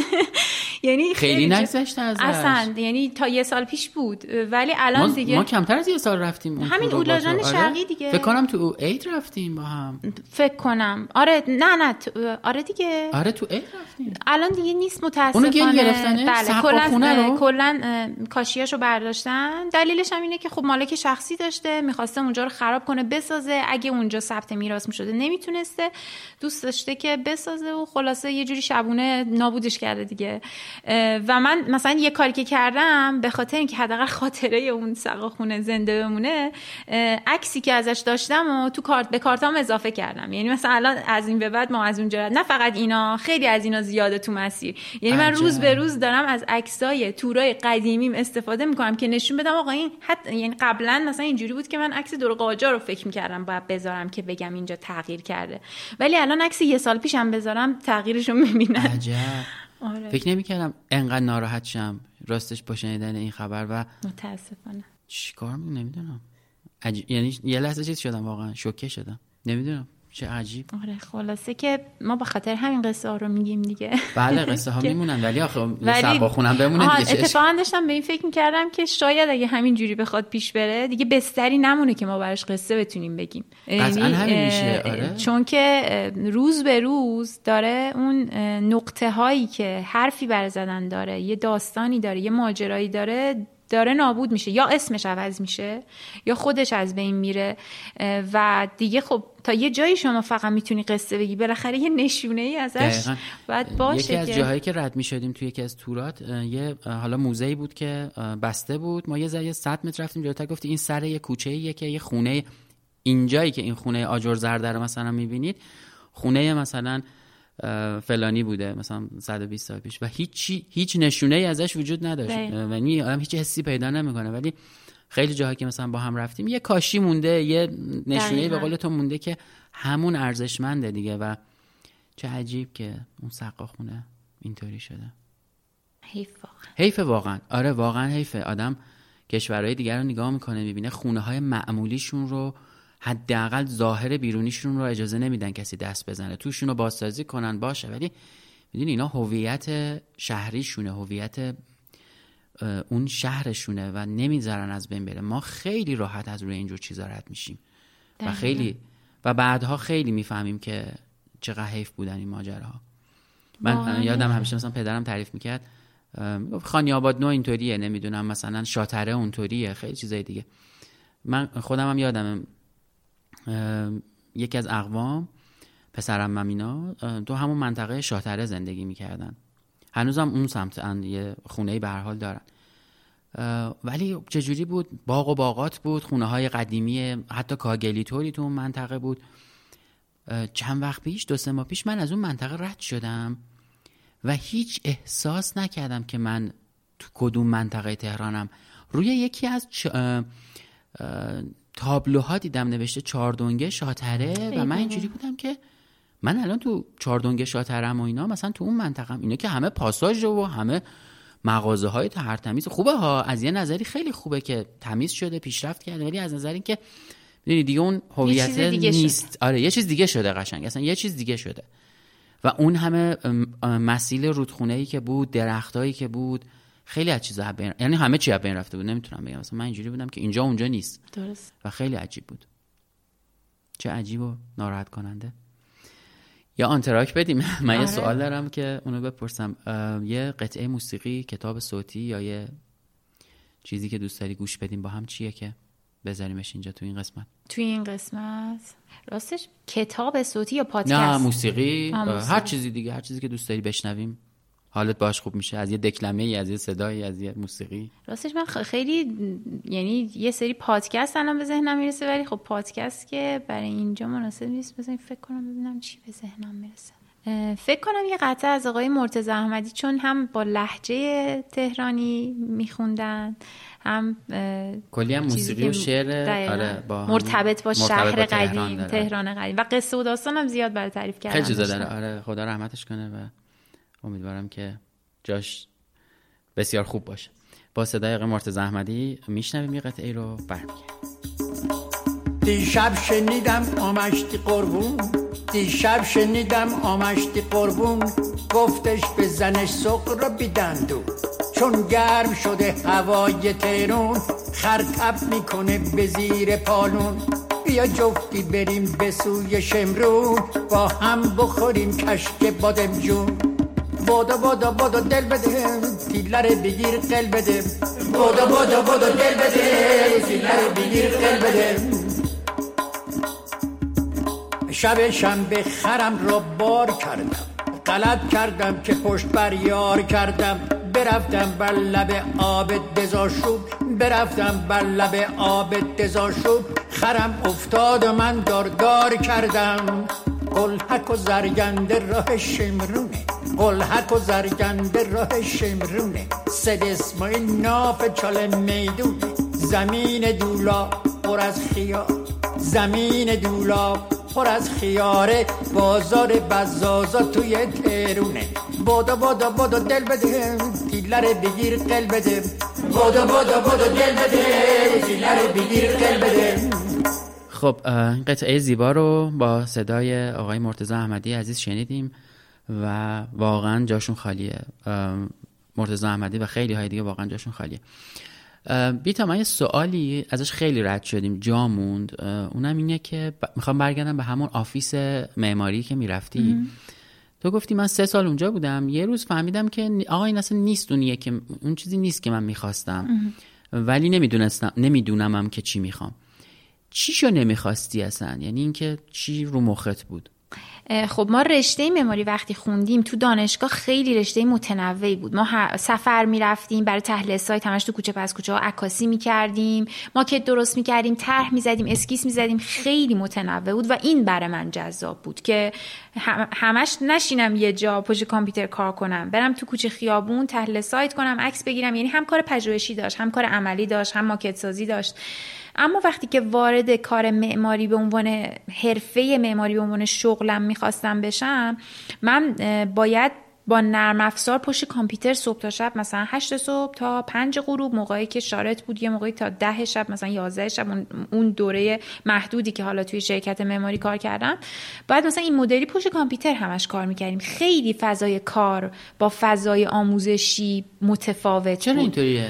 یعنی خیلی نگذشته ازش اصلا، یعنی تا یه سال پیش بود ولی الان ما... دیگه ما کمتر از یه سال رفتیم اون همین اودلاجان آره؟ شرقی دیگه فکر کنم تو عید رفتیم با هم، فکر کنم آره نه نه تو... آره دیگه آره تو عید رفتیم. الان دیگه نیست متاسفانه. اونو گل گرفتنه بله کلا کلا کاشیاشو برداشتن. دلیلش هم اینه که خب مالک شخصی داشته می‌خواسته اونجا رو خراب کنه بسازه، اگه اونجا ثبت میراث می‌شده نمیتونسته، دوست داشته که بسازه و خلاصه یه جوری شبونه نابودش کرده دیگه. و من مثلا یه کاری که کردم به خاطر اینکه حداقل خاطره اون سقاخونه زنده بمونه، عکسی که ازش داشتم و تو کارت به کارتام اضافه کردم. یعنی مثلا الان از این به بعد ما از اونجا نه فقط اینا، خیلی از اینا زیاده تو مسیر. یعنی من روز به روز دارم از عکسای تورای قدیمیم استفاده میکنم که نشون بدم آقا این حتی یعنی قبلا مثلا اینجوری بود که من عکس دور قاجار رو فکر میکردم باید بذارم که بگم اینجا تغییر کرده، ولی الان عکس یه سال پیشم بذارم تغییرش رو میبینم. عجب. آره. فکر نمی‌کردم انقدر ناراحت شم راستش با شنیدن این خبر و متاسفانه چیکار می‌کنم نمیدونم. عج... یعنی یه لحظه چیز شدم، واقعا شوکه شدم، نمیدونم چه عجیب. آره خلاصه که ما به خاطر همین قصه ها رو میگیم دیگه. بله قصه ها میمونن ولی آخه سقاخونم بمونه دیگه. اتفاقا داشتم به این فکر میکردم که شاید اگه همین جوری بخواد پیش بره دیگه بستری نمونه که ما براش قصه بتونیم بگیم. قطعا همین میشه. آره. چون که روز به روز داره اون نقطه هایی که حرفی بر زدن داره، یه داستانی داره، یه ماجرایی داره، داره نابود میشه، یا اسمش عوض میشه یا خودش از بین میره و دیگه خب تا یه جایی شما فقط میتونی قصه بگی، بالاخره یه نشونه ای ازش باید باشه. یکی از جاهایی که رد میشدیم توی یکی از تورات یه حالا موزه‌ای بود که بسته بود، ما یه ذره صد متر رفتیم جلوتر، گفتی این سر یه کوچه‌ایه که یه خونه، اینجایی که این خونه آجر زرد رو مثلا میبینید خونه مثلا فلانی بوده مثلا صد و بیست سال پیش و هیچ هیچ نشونه ای ازش وجود نداشت، یعنی آدم هیچ حسی پیدا نمیکنه. ولی خیلی جاها که مثلا با هم رفتیم یه کاشی مونده، یه نشونه به قول تو مونده که همون ارزشمنده دیگه. و چه عجیب که اون سقاخونه اینطوری شده. حیف واقعا. حیف واقعا. آره واقعا حیفه. آدم کشورهای دیگر رو نگاه میکنه میبینه خونه های معمولیشون رو حداقل ظاهر بیرونیشون رو اجازه نمیدن کسی دست بزنه، توشون رو بازسازی کنن باشه، ولی میدونی اینا هویت شهریشونه، هویت اون شهرشونه و نمیذارن از بین بره. ما خیلی راحت از روی اینجور چیزا رد میشیم و خیلی و بعدها خیلی میفهمیم که چقدر حیف بودن این ماجراها. من یادم همیشه مثلا پدرم تعریف میکرد خانی آباد نو اینطوریه، نمیدونم مثلا شاتره اونطوریه، خیلی چیزای دیگه. من خودم هم یادم یکی از اقوام پسرم ممینا تو همون منطقه شاتره زندگی میکردن، هنوزم اون سمت یه خونه‌ای به هر حال دارن، ولی چجوری بود؟ باغ و باغات بود، خونه های قدیمی، حتی کاگلیتوری تو اون منطقه بود. چند وقت پیش دو سه ماه پیش من از اون منطقه رد شدم و هیچ احساس نکردم که من تو کدوم منطقه تهرانم. روی یکی از چ... تابلوها دیدم نوشته چهاردونگه شاتره و من اینجوری بودم که من الان تو چهاردونگه شاترم و اینا، مثلا تو اون منطقم اینا که همه پاساژ و همه مغازه های طرح‌تمیز خوبه ها، از یه نظری خیلی خوبه که تمیز شده پیشرفت کرده، ولی از نظری که میدونی دیگه اون هویت نیست. آره یه چیز دیگه شده قشنگ، اصلا یه چیز دیگه شده و اون همه مسیل رودخونه‌ای که بود، درختایی که بود، خیلی از چیزا بین، یعنی همه چی از بین رفته بود. نمیتونم بگم مثلا من اینجوری بودم که اینجا اونجا نیست. درست. و خیلی عجیب بود. چه عجیب و ناراحت کننده. یا آنتراک بدیم. من یه سوال دارم که اونو بپرسم. یه قطعه موسیقی، کتاب صوتی یا یه چیزی که دوست داری گوش بدیم با هم چیه که بذاریمش اینجا تو این قسمت؟ تو این قسمت راستش کتاب صوتی یا پادکست؟ نه موسیقی، موسیقی. هر چیزی دیگه، هر چیزی که دوست داری بشنویم حالت باش خوب میشه، از یه دکلمه ای، از یه صدایی، از یه موسیقی. راستش من خیلی یعنی یه سری پادکست الان به ذهنم میرسه، ولی خب پادکست که برای اینجا مناسب نیست. بذارین فکر کنم ببینم چی به ذهنم میرسه. فکر کنم یه قطعه از آقای مرتضی احمدی، چون هم با لهجه تهرانی میخوندن، هم کلی هم موسیقی و شعر آره با مرتبط با شهر با قدیم تهران, تهران قدیم و قصه و داستان هم زیاد برای تعریف کردن. خیلی چیزا داره. آره خدا رحمتش کنه و امیدوارم که جاش بسیار خوب باشه. با صدای آقای مرتضی احمدی میشنویم یه قطعه رو. برمیگردیم. دیشب شنیدم آمشتی قربون، دیشب شنیدم آمشتی قربون، گفتش به زنش سغرا بیدندون، چون گرم شده هوای تهرون، خرطب میکنه به زیر پالون، بیا جفتی بریم به سوی شمرون، با هم بخوریم کشک بادم جون. بودا بودا بودا دل بده، تیلر بگیر قل بده، بودا بودا بودا دل بده، تیلر بگیر قل بده. شب شنبه خرم را بار کردم، غلط کردم که پشت بر یار کردم، برفتم بر لب آب دزاشوب، برفتم بر لب آب دزاشوب، خرم افتاد و من دار دار کردم. قلحک و زرگنده راه شمرونه، قلحک و زرگنده راه شمرونه، سد اسماعیل ناف چال میدونه، زمین دولا پر از خیار، زمین دولا پر از خیاره، بازار بزازا توی تهرونه. بادا بادا بادا دل بده، تیلر بگیر قل بده، بادا بادا بادا دل بده، تیلر بگیر قل بده. خب این قطعه زیبا رو با صدای آقای مرتضی احمدی عزیز شنیدیم و واقعا جاشون خالیه. مرتضی احمدی و خیلی های دیگه واقعا جاشون خالیه. بیتا ما یه سوالی ازش خیلی رد شدیم، جا موند، اونم اینه که ب... میخوام برگردم به همون آفیس معماری که میرفتی. تو گفتی من سه سال اونجا بودم، یه روز فهمیدم که آقا این اصلا نیست اونیه که اون چیزی نیست که من میخواستم، ولی نمیدونستم نمیدونمم که چی میخوام. چیشو نمیخواستی اصلا؟ یعنی اینکه چی رو مخت بود؟ خب ما رشته معماری وقتی خوندیم تو دانشگاه خیلی رشته متنوعی بود. ما سفر میرفتیم برای تحلیل سایت، همش تو کوچه پس کوچه ها عکاسی میکردیم، ماکت درست میکردیم، طرح میزدیم، اسکیس میزدیم، خیلی متنوع بود و این برای من جذاب بود که همش نشینم یه جا پشت کامپیوتر کار کنم، برم تو کوچه خیابون تحلیل سایت کنم، عکس بگیرم. یعنی هم کار پژوهشی داشت، هم کار عملی داشت، هم ماکت سازی داشت. اما وقتی که وارد کار معماری به عنوان حرفه معماری به عنوان شغلم میخواستم بشم، من باید با نرم افزار پشت کامپیوتر صبح تا شب، مثلا هشت صبح تا پنج غروب، موقعی که شارت بود، یه موقعی تا ده شب، مثلا یازده شب، اون دوره محدودی که حالا توی شرکت معماری کار کردم، بعد مثلا این مدلی پشت کامپیوتر همش کار میکردیم. خیلی فضای کار با فضای آموزشی متفاوت. چرا اینطوریه؟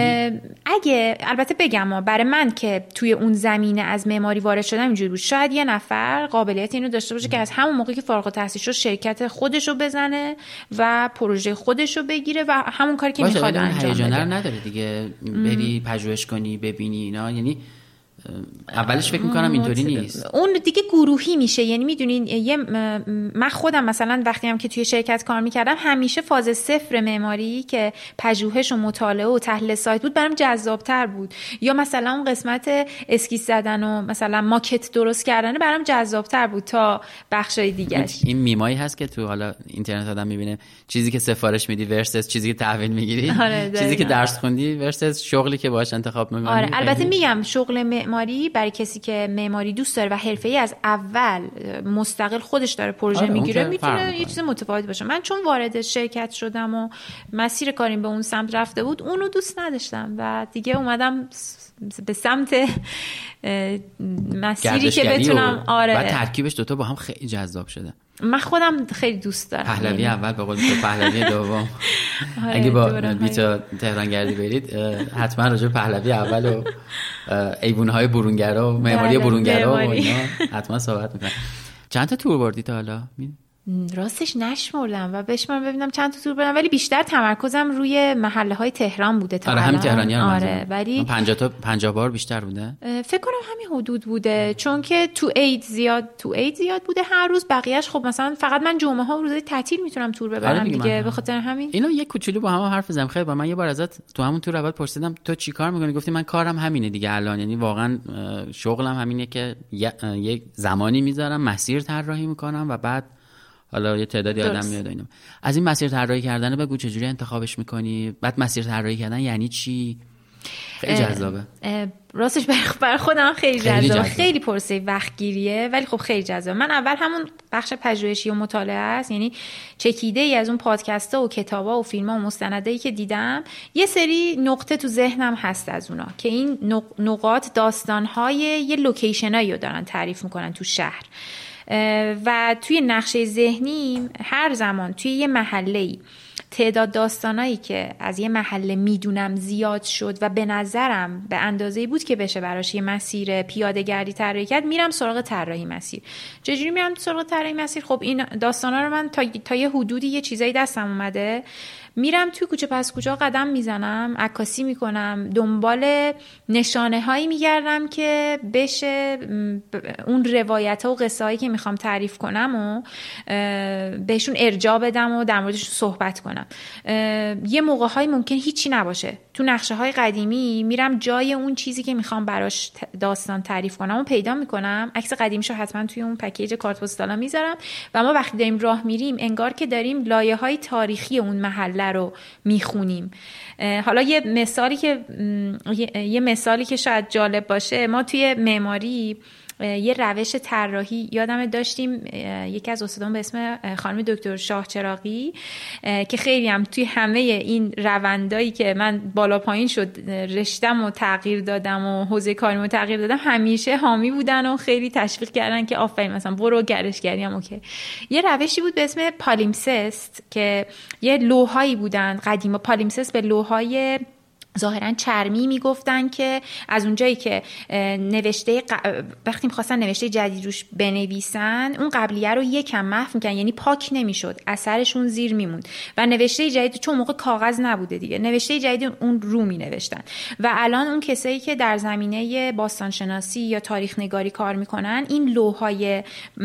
اگه البته بگم ما برای من که توی اون زمینه از معماری وارد شدم اینجوری بود، شاید یه نفر قابلیت اینو داشته باشه که از همون موقعی که فارغ التحصیل شد شرکت خودش رو بزنه و پروژه خودش رو بگیره و همون کاری که میخواد انجام بده. هیجان نداره دیگه بری پژوهش کنی ببینی اینا. یعنی اولش فکر میکنم اینطوری نیست. اون دیگه گروهی میشه. یعنی میدونین یه من خودم مثلا وقتی هم که توی شرکت کار میکردم، همیشه فاز صفر معماری که پژوهش و مطالعه و تحلیل سایت بود برام جذابتر بود، یا مثلا اون قسمت اسکیس زدن و مثلا ماکت درست کردن برام جذابتر بود تا بخشای دیگه. این میمایی هست که تو حالا اینترنت آدم میبینه، چیزی که سفارش میدی ورسس چیزی که تحویل میگیری. آره چیزی که درس خوندی ورسس شغلی که باهاش انتخاب میکنی. آره البته میگم شغل معماری برای کسی که معماری دوست داره و حرفه‌ای از اول مستقل خودش داره پروژه آره میگیره، میتونه یه چیز متفاوت باشه. من چون وارد شرکت شدم و مسیر کاریم به اون سمت رفته بود، اونو دوست نداشتم و دیگه اومدم به سمت مسیری که بتونم. آره بعد ترکیبش دوتا با هم خیلی جذاب شده. من خودم خیلی دوست دارم. پهلوی اول به قول تو، پهلوی دوم. اگه با بیتا تهران گردی برید حتما راجع به پهلوی اول و ایوونهای برونگرا و معماری برونگرا و اینا حتما صحبت می‌کنم. چند تا تور بردی تا حالا؟ راستش نشمردم و بشمارم ببینم چند تا تور بردم، ولی بیشتر تمرکزم روی محله های تهران بوده تا آره همین تهرانیان. آره ولی پنجاه تا پنجاه بار بیشتر بوده فکر کنم، همین حدود بوده، چون که تو اید زیاد تو اید زیاد بوده هر روز، بقیه‌اش خب مثلا فقط من جمعه ها و روزهای تعطیل میتونم تور ببرم آره دیگه، به خاطر همین اینو یک کوچولو با هم حرف بزنم. خیلی با من یه بار ازت تو همون تور اول پرسیدم تو چی کار می‌کنی، گفتی من کارم همینه دیگه الان، یعنی واقعا شغلم همینه که یک زمانی میذارم مسیر طراحی میکنم و بعد حالا یه تعدادی آدم میاد اینا. از این مسیر طراحی کردن بگو چجوری انتخابش میکنی؟ بعد مسیر طراحی کردن یعنی چی؟ خیلی جذابه. راستش برای خودم خیلی جذابه. خیلی پرسه وقت گیریه ولی خب خیلی جذابه. من اول همون بخش پژوهشی و مطالعه است، یعنی چکیده ای از اون پادکست ها و کتاب ها و فیلم ها و مستندایی که دیدم، یه سری نقطه تو ذهنم هست از اونا که این نقاط داستان های یه لوکیشن هایی رو دارن تعریف میکنن تو شهر و توی نقشه ذهنی هر زمان توی یه محله‌ای تعداد داستانایی که از یه محله میدونم زیاد شد و به نظرم به اندازه‌ای بود که بشه براش یه مسیر پیاده گردی طراحی کرد، میرم سراغ طراحی مسیر. چجوری میرم سراغ طراحی مسیر؟ خب این داستانا رو من تا تا یه حدودی یه چیزایی دستم اومده، میرم توی کوچه پس کوچه قدم میزنم، عکاسی میکنم، دنبال نشانه هایی میگردم که بشه اون روایت ها و قصه هایی که میخوام تعریف کنم و بهشون ارجاع بدم و در موردشون صحبت کنم. یه موقع های ممکن هیچی نباشه، تو نقشه های قدیمی میرم جای اون چیزی که میخوام براش داستان تعریف کنم و پیدا میکنم، عکس قدیمیشو حتما توی اون پکیج کارت پستالا میذارم و ما وقتی داریم راه میریم انگار که داریم لایه های تاریخی اون محله رو میخونیم. حالا یه مثالی که یه مثالی که شاید جالب باشه، ما توی معماری یه روش طراحی یادم داشتیم، یکی از استادان به اسم خانم دکتر شاه چراغی که خیلی هم توی همه این روندایی که من بالا پایین شد رشتم و تغییر دادم و حوزه کاریمو تغییر دادم، همیشه حامی بودن و خیلی تشویق کردن که آفرین مثلا برو گردشگری هم اوکی. یه روشی بود به اسم پالیمسست که یه لوحایی بودن قدیما، پالیمسست به لوحای ظاهرا چرمی میگفتن که از اونجایی که نوشته ق... وقتی می‌خواستن نوشته جدید روش بنویسن اون قبلیه رو یکم محو می‌کردن، یعنی پاک نمی‌شد، اثرشون زیر میموند و نوشته جدید چون موقع کاغذ نبوده دیگه، نوشته جدید اون رو می‌نوشتن. و الان اون کسایی که در زمینه باستانشناسی یا تاریخ نگاری کار می‌کنن این لوح‌های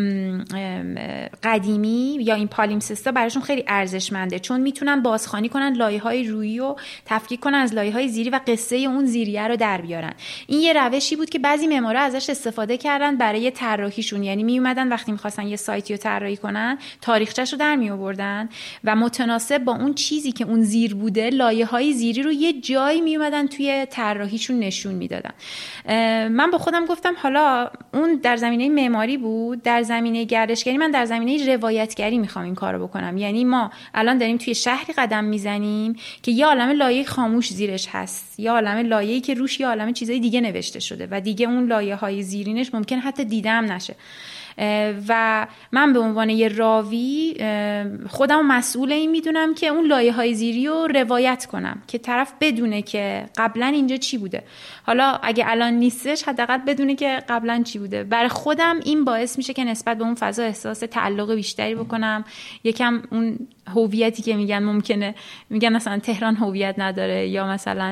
قدیمی یا این پالیمسستا براشون خیلی ارزشمنده، چون میتونن بازخوانی کنن لایه‌های رویی و تفکیک کنن از لایه‌های زیری و قصه اون زیریه رو در بیارن. این یه روشی بود که بعضی معمارا ازش استفاده کردن برای طراحیشون، یعنی می اومدن وقتی می‌خواستن یه سایتی رو طراحی کنن تاریخچه‌شو در می آوردن و متناسب با اون چیزی که اون زیر بوده لایه‌های زیری رو یه جایی می اومدن توی طراحیشون نشون میدادن. من با خودم گفتم حالا اون در زمینه معماری بود، در زمینه گردشگری من در زمینه روایتگری می‌خوام این کارو بکنم. یعنی ما الان داریم توی شهری قدم میزنیم که یه عالمه لایه خاموش زیرش هست، یه عالمه لایه‌ای که روش یه عالمه چیزای دیگه نوشته شده و دیگه اون لایه‌های زیرینش ممکن حتی دیدم نشه. و من به عنوان یه راوی خودم مسئول این میدونم که اون لایه‌های زیری رو روایت کنم که طرف بدونه که قبلا اینجا چی بوده، حالا اگه الان نیستش حداقل بدونه که قبلا چی بوده. برای خودم این باعث میشه که نسبت به اون فضا احساس تعلق بیشتری بکنم، یکم اون هویتی که میگن ممکنه میگن مثلا تهران هویت نداره یا مثلا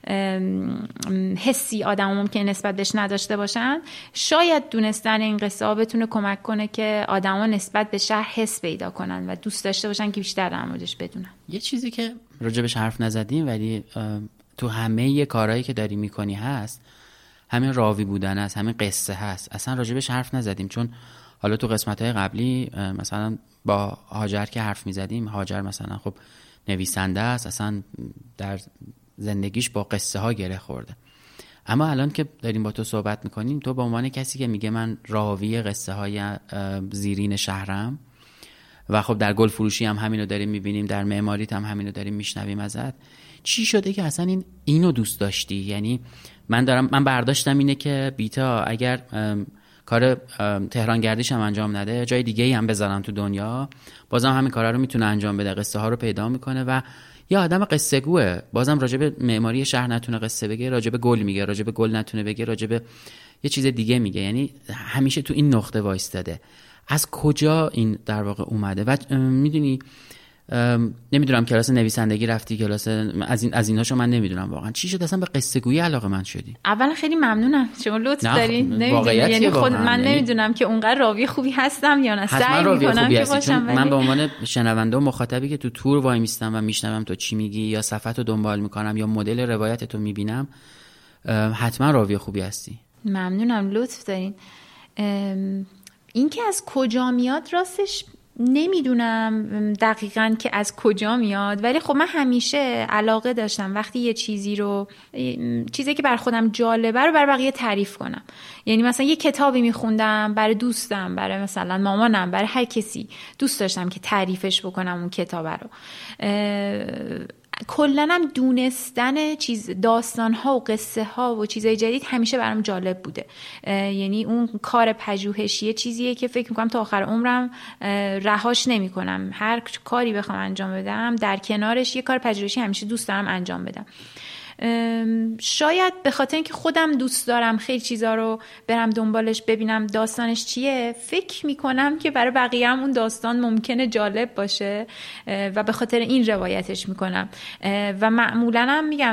حسی آدم ممکنه نسبت بهش نداشته باشن، شاید دونستن این قصه ها بتونه کمک کنه که آدما نسبت به شهر حس پیدا کنن و دوست داشته باشن که بیشتر در موردش بدونن. یه چیزی که راجبش حرف نزدیم ولی تو همه کارهایی که داری میکنی هست، همین راوی بودن هست، همین قصه هست، اصلا راجبش حرف نزدیم. چون حالا تو قسمت‌های قبلی مثلا با هاجر که حرف میزدیم، هاجر مثلا خب نویسنده است، اصلا در زندگیش با قصه ها گره خورده. اما الان که داریم با تو صحبت میکنیم، تو به عنوان کسی که میگه من راوی قصه های زیرین شهرم و خب در گل فروشی هم همینو داریم میبینیم، در معماریت هم همینو داریم میشنویم ازت، چی شده که اصلا این اینو دوست داشتی؟ یعنی من دارم من برداشتم اینه که بیتا اگر کار تهران گردیش هم انجام نده، جای دیگه ای هم بذارن تو دنیا، بازم همین کارا رو میتونه انجام بده، قصه ها رو پیدا میکنه و یه آدم قصه گوه. بازم راجع به معماری شهر نتونه قصه بگه، راجع به گل میگه، راجع به گل نتونه بگه، راجع به یه چیز دیگه میگه. یعنی همیشه تو این نقطه وایستاده. از کجا این در واقع اومده؟ و میدونی نمیدونم کلاس نویسندگی رفتی، کلاس از این از ایناشو من نمیدونم واقعا چی شد اصلا به قصه گویی علاقه من شدی. اولا خیلی ممنونم، شما لطف دارین. نمیدونم یعنی خود من نمیدونم که اونقدر راوی خوبی هستم یا نه، سعی میکنم که باشم. ولی من به عنوان شنونده و مخاطبی که تو تور وای میستم و میشنوم تو چی میگی یا صفحاتو دنبال میکنم یا مدل روایتتو میبینم، حتما راوی خوبی هستی. ممنونم، لطف دارین. این که از کجا میاد راستش نمیدونم دقیقاً که از کجا میاد، ولی خب من همیشه علاقه داشتم وقتی یه چیزی رو، چیزی که بر خودم جالبه رو بر بقیه تعریف کنم. یعنی مثلا یه کتابی میخوندم برای دوستم، برای مثلا مامانم، برای هر کسی، دوست داشتم که تعریفش بکنم اون کتابه رو. کلنم دونستن چیز داستان‌ها و قصه ها و چیزای جدید همیشه برام جالب بوده. یعنی اون کار پژوهشی چیزیه که فکر می‌کنم تا آخر عمرم رهاش نمی‌کنم. هر کاری بخوام انجام بدم در کنارش یه کار پژوهشی همیشه دوست دارم انجام بدم. شاید به خاطر اینکه خودم دوست دارم خیلی چیزا رو برم دنبالش ببینم داستانش چیه، فکر میکنم که برای بقیه هم اون داستان ممکنه جالب باشه و به خاطر این روایتش میکنم. و معمولا هم میگم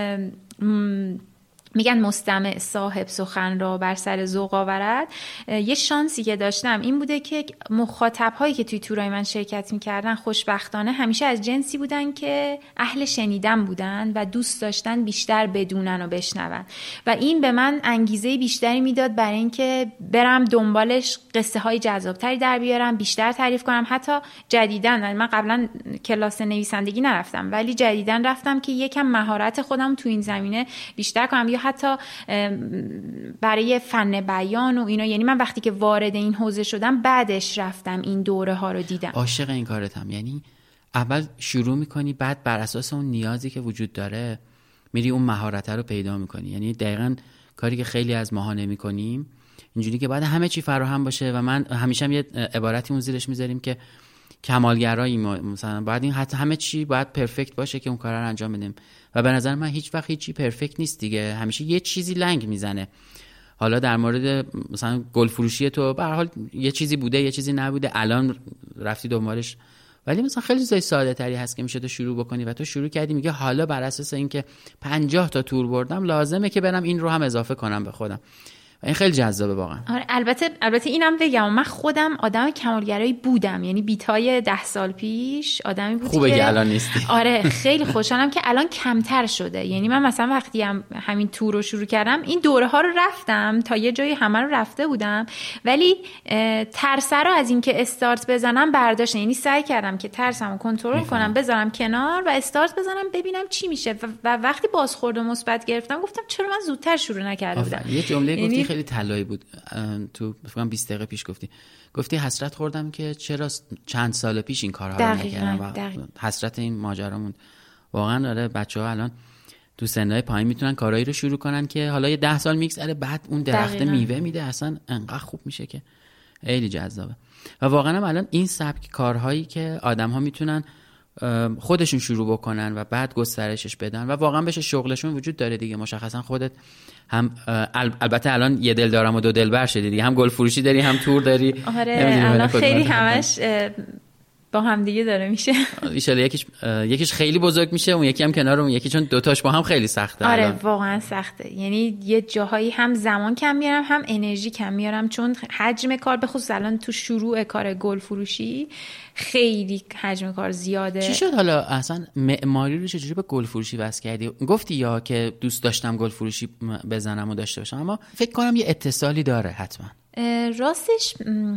میگن مستمع صاحب سخن را بر سر ذوق آورد. یه شانسی که داشتم این بوده که مخاطب هایی که توی تورای من شرکت میکردن خوشبختانه همیشه از جنسی بودن که اهل شنیدن بودن و دوست داشتن بیشتر بدونن و بشنون و این به من انگیزه بیشتری میداد برای اینکه برم دنبالش قصه های جذابتری در بیارم، بیشتر تعریف کنم. حتی جدیدن من قبلا کلاس نویسندگی نرفتم ولی جدیدن رفتم که یکم مهارت خودم تو این زمینه بیشتر کنم، یا حتی برای فن بیان و اینا. یعنی من وقتی که وارد این حوزه شدم بعدش رفتم این دوره ها رو دیدم. عاشق این کارتم. یعنی اول شروع میکنی، بعد بر اساس اون نیازی که وجود داره میری اون مهارت رو پیدا میکنی. یعنی دقیقاً کاری که خیلی از ماها نمیکنیم، اینجوری که بعد همه چی فراهم باشه. و من همیشه هم یه عبارتی اون زیرش میذاریم که کمالگرایی، مثلا باید این حتی همه چی باید پرفکت باشه که اون کارا رو انجام بدیم و به نظر من هیچ وقت هیچی پرفکت نیست دیگه. همیشه یه چیزی لنگ میزنه. حالا در مورد مثلا گل فروشی تو به هر حال یه چیزی بوده یه چیزی نبوده، الان رفتی دنبالش، ولی مثلا خیلی چیزای ساده تری هست که میشه تو شروع بکنی و تو شروع کردی میگه حالا بر اساس اینکه پنجاه تا تور بردم لازمه که برم این رو هم اضافه کنم به خودم. این خیلی جذابه واقعا. آره البته البته اینم بگم من خودم آدم کمالگرایی بودم. یعنی بیتای ده سال پیش آدمی بود خوبه که که الان نیستی. آره خیلی خوشحالم که الان کمتر شده. یعنی من مثلا وقتی هم همین تور رو شروع کردم این دوره ها رو رفتم تا یه جایی همه رو رفته بودم، ولی ترس رو از اینکه استارت بزنم برداشتم. یعنی سعی کردم که ترسمو کنترل کنم، بذارم کنار و استارت بزنم ببینم چی میشه. و, و وقتی بازخورد مثبت گرفتم گفتم چرا من زودتر شروع نکرده بودم. یه جمله گفتی یعنی خیلی طلایی بود تو فکر بیست دقیقه پیش گفتی گفتی حسرت خوردم که چرا چند سال پیش این کارها رو نکردم و دقیقا. حسرت این ماجرا موند واقعا. آره بچه‌ها الان تو سنای پایین میتونن کارهایی رو شروع کنن که حالا یه ده سال میگذره بعد اون درخت دقیقا. میوه میده، اصلا انقدر خوب میشه که خیلی جذابه. و واقعا هم الان این سبک کارهایی که آدم‌ها میتونن خودشون شروع بکنن و بعد گسترشش بدن و واقعا بشه شغلشون وجود داره دیگه. مشخصا خودت هم البته الان یه دل دارم و دو دل بر شدی دیگه، هم گل فروشی داری هم تور داری. آره الان خیلی همش با هم دیگه داره میشه. ان شاءالله یکیش یکیش خیلی بزرگ میشه اون یکی هم کنار اون یکی، چون دوتاش با هم خیلی سخته. آره الان. واقعا سخته. یعنی یه جاهایی هم زمان کم میارم هم انرژی کم میارم، چون حجم کار به خصوص الان تو شروع کار گل فروشی خیلی حجم کار زیاده. چی شد حالا اصلا معماری رو چجوری به گل فروشی وصل کردی؟ گفتی یا که دوست داشتم گل فروشی بزنم و داشته باشم، اما فکر کنم یه اتصالی داره حتما. راستش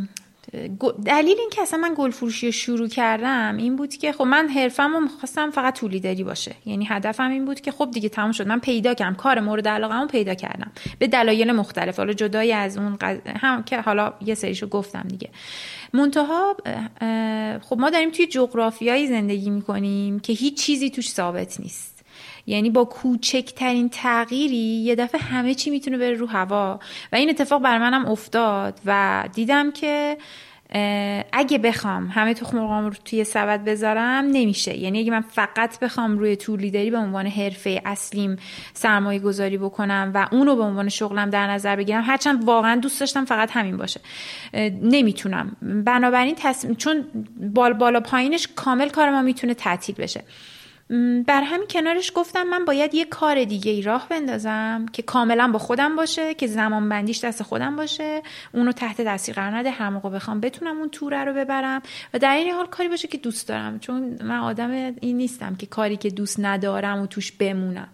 دلیل این که اصلا من گل فروشی رو شروع کردم این بود که خب من حرفمو می‌خواستم فقط تولیداری باشه. یعنی هدفم این بود که خب دیگه تموم شد، من پیدا کردم کار مورد علاقه‌مو پیدا کردم به دلایل مختلف، حالا جدای از اون قض... هم که حالا یه سریشو گفتم دیگه. منتها خب ما داریم توی جغرافیایی زندگی می‌کنیم که هیچ چیزی توش ثابت نیست. یعنی با کوچکترین تغییری یه دفعه همه چی میتونه بره رو هوا و این اتفاق بر منم افتاد و دیدم که اگه بخوام همه تخم مرغام رو توی سبد بذارم نمیشه. یعنی اگه من فقط بخوام روی تور لیدری به عنوان حرفه اصلیم سرمایه گذاری بکنم و اون رو به عنوان شغلم در نظر بگیرم، هرچند واقعا دوست داشتم فقط همین باشه، نمیتونم. بنابراین تصمیم، چون بال بالا پایینش کامل کار ما میتونه تعطیل بشه، بر همین کنارش گفتم من باید یه کار دیگه ای راه بندازم که کاملا با خودم باشه، که زمان بندیش دست خودم باشه، اونو تحت تاثیر قرار نده، هر موقع بخوام بتونم اون توره رو ببرم و در این حال کاری باشه که دوست دارم، چون من آدم این نیستم که کاری که دوست ندارم و توش بمونم.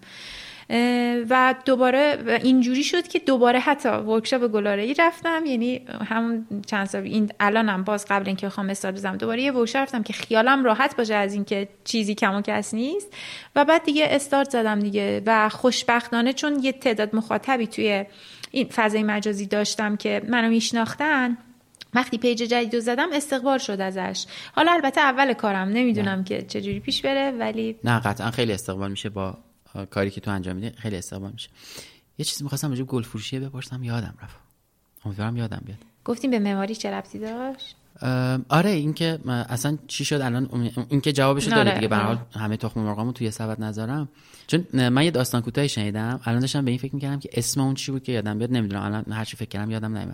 و دوباره اینجوری شد که دوباره حتی ورکشاپ گلاره‌ای رفتم، یعنی همون چند سال این الانم باز قبل اینکه بخوام استارت بزنم دوباره یه ورکشاپ رفتم که خیالم راحت باشه از اینکه چیزی کم و کس نیست و بعد دیگه استارت زدم دیگه. و خوشبختانه چون یه تعداد مخاطبی توی این فضای مجازی داشتم که منو میشناختن، وقتی پیج جدید رو زدم استقبال شد ازش. حالا البته اول کارم نمیدونم نه. که چجوری پیش بره، ولی نه قطعا خیلی استقبال میشه با کاری که تو انجام میدی، خیلی استقبال میشه. یه چیزی می‌خواستم راجع به گل فروشی بپرسم، یادم رفت. امیدوارم یادم بیاد. گفتیم به معماری چه ربطی داشت؟ آره این که اصلا چی شد الان، این که جوابشو داره دیگه. به هر حال همه تخم مرغامو توی سبد نذارم، چون من یه داستان کوتاهی شنیدم الان داشتم به این فکر می‌کردم که اسم اون چی بود که یادم بیاد، نمیدونم الان هر چی فکر کردم یادم نمیاد.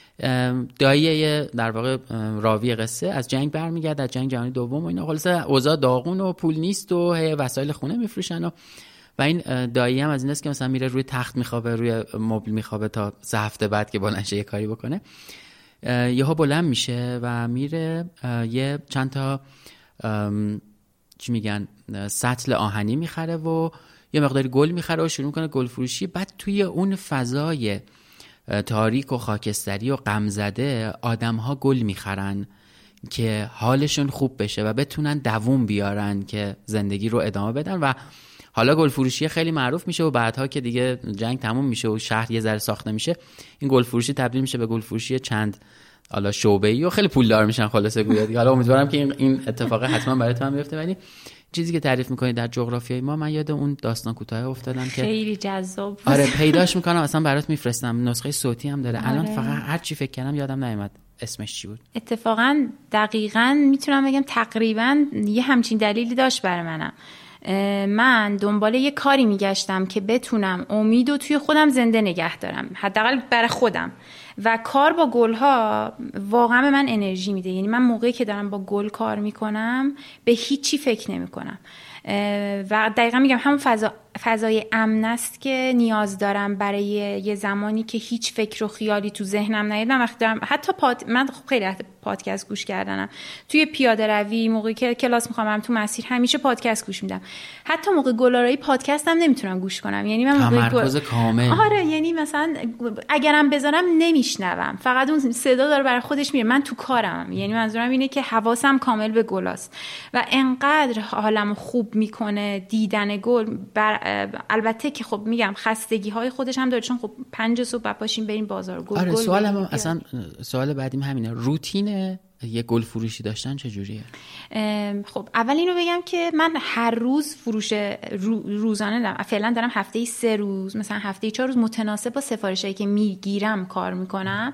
دایی در واقع راوی قصه از جنگ برمیگرده، از جنگ جهانی دوم و اینا، خلاص اوضاع داغون و پول نیست و وسایل خونه میفروشن و و این دایی هم از این است که مثلا میره روی تخت میخوابه، روی مبل میخوابه تا سه هفته بعد که بلند شه یه کاری بکنه. یهو بلند میشه و میره یه چند تا چی میگن سطل آهنی میخره و یه مقداری گل میخره و شروع میکنه گل فروشی. بعد توی اون فضای تاریک و خاکستری و غمزده آدم‌ها گل میخرن که حالشون خوب بشه و بتونن دووم بیارن که زندگی رو ادامه بدن. و حالا گل فروشی خیلی معروف میشه و بعدها که دیگه جنگ تموم میشه و شهر یه ذره ساخته میشه، این گل فروشی تبدیل میشه به گل فروشی چند حالا شعبه‌ای و خیلی پولدار میشن خلاصه گویا دیگه. حالا امیدوارم که این این اتفاق حتما براتون بیفته. ولی چیزی که تعریف میکنید در جغرافیای ما، من یاد اون داستان کوتاه افتادم که خیلی جذاب. آره پیداش میکنم اصلا برات میفرستم، نسخه صوتی هم داره. آره. الان فقط هر چی فکر کردم یادم نیومد اسمش چی بود. اتفاقا دقیقاً میتونم بگم تقریبا یه همچین دلیلی داشت برای منم. من دنبال یه کاری میگشتم که بتونم امیدو توی خودم زنده نگه دارم، حداقل برای خودم، و کار با گل‌ها واقعا به من انرژی میده. یعنی من موقعی که دارم با گل کار میکنم به هیچی فکر نمیکنم و دقیقا میگم همون فضا فضای امن است که نیاز دارم برای یه زمانی که هیچ فکر و خیالی تو ذهنم نیاد. من وقتی دارم حتی پاد... من خیلی پادکست گوش کردنم توی پیاده روی، موقعی که کلاس میخوام برم تو مسیر همیشه پادکست گوش میدم. حتی موقع گلارایی پادکست هم نمیتونم گوش کنم، یعنی من موقع تمرکز کامل. آره یعنی مثلا اگرم بذارم نمیشنوم، فقط اون صدا داره برای خودش میره، من تو کارم. یعنی منظورم اینه که حواسم کامل به گلاست و انقدر حالمو خوب میکنه دیدن گل. بر... البته که خب میگم خستگی های خودش هم داره، چون خب پنج صبح پاشیم بریم بازار گل. آره گل سوالم هم اصلا سوال بعدیم همینه، روتین یه گل فروشی داشتن چجوریه؟ خب اول اینو بگم که من هر روز فروش رو، روزانه دارم. فعلا دارم هفته‌ای سه روز مثلا هفته‌ای چهار روز متناسب با سفارشایی که میگیرم کار میکنم.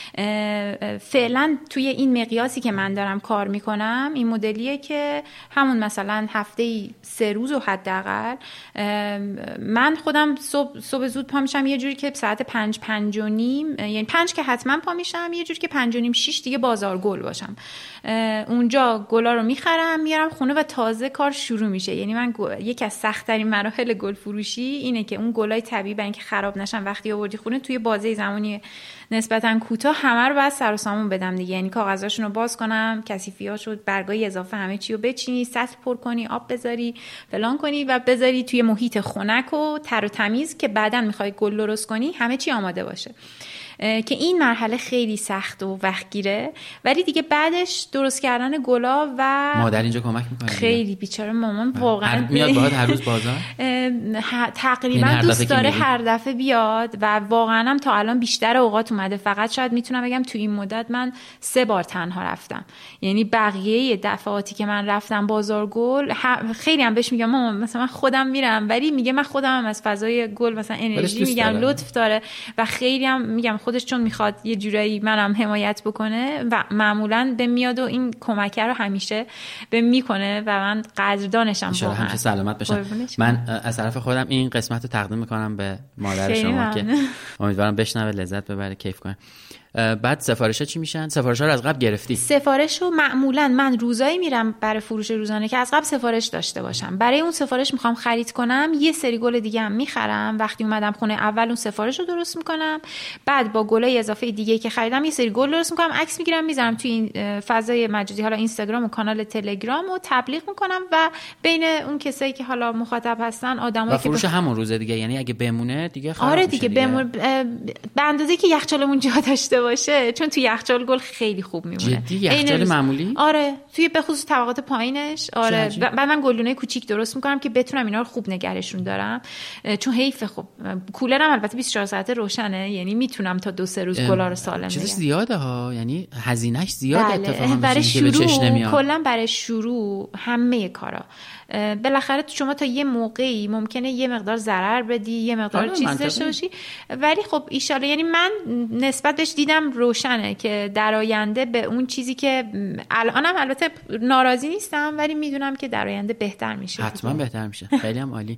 فعلا توی این مقیاسی که من دارم کار میکنم این مدلیه که همون مثلا هفته‌ای سه روز و حداقل من خودم صبح صبح زود پا میشم، یه جوری که ساعت پنج پنج و نیم، یعنی پنج که حتما پا میشم، یه جوری که پنج و نیم شش دیگه بازار گل باشم. اونجا گلا رو میخرم میارم خونه و تازه کار شروع میشه. یعنی من گل... یکی از سخت‌ترین مراحل گل فروشی اینه که اون گلای طبیعی برای اینکه خراب نشن وقتی آوردی خونه توی بازه زمانی نسبتاً کوتاه همه رو بعد سر و سامون بدم دیگه. یعنی کاغذاشون رو باز کنم، کثیفی‌هاشو، برگای اضافه همه چی رو بچینی، سطل پر کنی، آب بذاری، فلان کنی و بذاری توی محیط خنک و تر و تمیز که بعداً میخوای گل درست کنی همه چی آماده باشه. که این مرحله خیلی سخت و وقتگیره، ولی دیگه بعدش درست کردن گلا و مادر اینجا کمک میکنه. خیلی بیچاره مامان واقعا میاد باهات هر روز بازار تقریبا دوست داره هر دفعه بیاد و واقعا هم تا الان بیشتر اوقات اومده. فقط شاید میتونم بگم تو این مدت من سه بار تنها رفتم، یعنی بقیه دفعاتی که من رفتم بازار گل خیلی هم بهش میگم مامان مثلا من خودم میرم، ولی میگه من خودم هم از فضای گل مثلا انرژی میگم داره. لطف داره و خیلی هم میگم خودش چون میخواد یه جورایی منم حمایت بکنه و معمولا به میاد و این کمک رو همیشه به میکنه و من قدردانشم واقعا. همیشه سلامت باشن. من از طرف خودم این قسمت رو تقدیم میکنم به مادر شما که امیدوارم بشنوه لذت ببره کیف کنه. بعد سفارش‌ها چی میشن؟ سفارش‌ها رو از قبل گرفتی؟ سفارشو معمولا من روزایی میرم برای فروش روزانه که از قبل سفارش داشته باشم. برای اون سفارش میخوام خرید کنم، یه سری گل دیگه هم میخرم. وقتی اومدم خونه اول اون سفارش رو درست میکنم، بعد با گلای اضافه دیگه که خریدم یه سری گل درست میکنم، عکس میگیرم میذارم توی این فضای مجازی، حالا اینستاگرام و کانال تلگرام و تبلیغ میکنم و بین اون کسایی که حالا مخاطب هستن آدمایی که فروش بخ... همون روزه دیگه، یعنی اگه بمونه دیگه خراب آره دیگه, دیگه بمونه به اندازه‌ای که یخچالمون جا داشته باشه، چون تو یخچال گل خیلی خوب میمونه. جدی یخچال معمولی؟ آره توی به خصوص طبقات پایینش. آره بعد من گلدونه کوچیک درست میکنم که بتونم اینا رو خوب نگرشون دارم، چون حیف. خب کولرم البته بیست و چهار ساعته روشنه، یعنی میتونم تا دو سه روز گلا رو سالم نگم. چیزش زیاده ها، یعنی هزینه‌اش زیاده. بله. اتفاقا برای شروع کلا برای شروع همه کارا بالاخره شما تا یه موقعی ممکنه یه مقدار ضرر بدی، یه مقدار چیز داشته باشی، ولی خب ایشالا یعنی من نسبت بهش دیدم روشنه که در آینده به اون چیزی که الانم البته ناراضی نیستم، ولی میدونم که در آینده بهتر میشه. حتما بهتر میشه. خیلی هم عالی.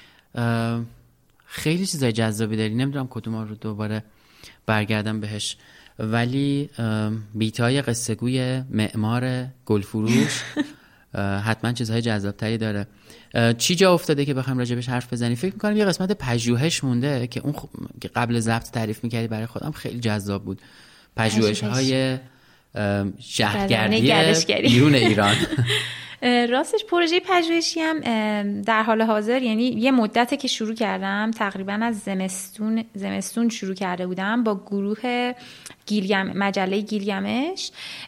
خیلی چیزای جذابی داری، نمیدونم کدوم رو دوباره برگردم بهش، ولی بیتای قصه گوی معمار گلفروش حتما چیزهای جذابتری داره. چی جا افتاده که بخوام راجبش حرف بزنی؟ فکر میکنم یه قسمت پژوهش مونده که اون خ... که قبل ضبط تعریف میکردی برای خودم خیلی جذاب بود. پژوهش‌های شهرگردی بیرون ایران. راستش پروژه پژوهشی هم در حال حاضر، یعنی یه مدته که شروع کردم، تقریبا از زمستون زمستون شروع کرده بودم با گروه گیلگم مجله گیلگمش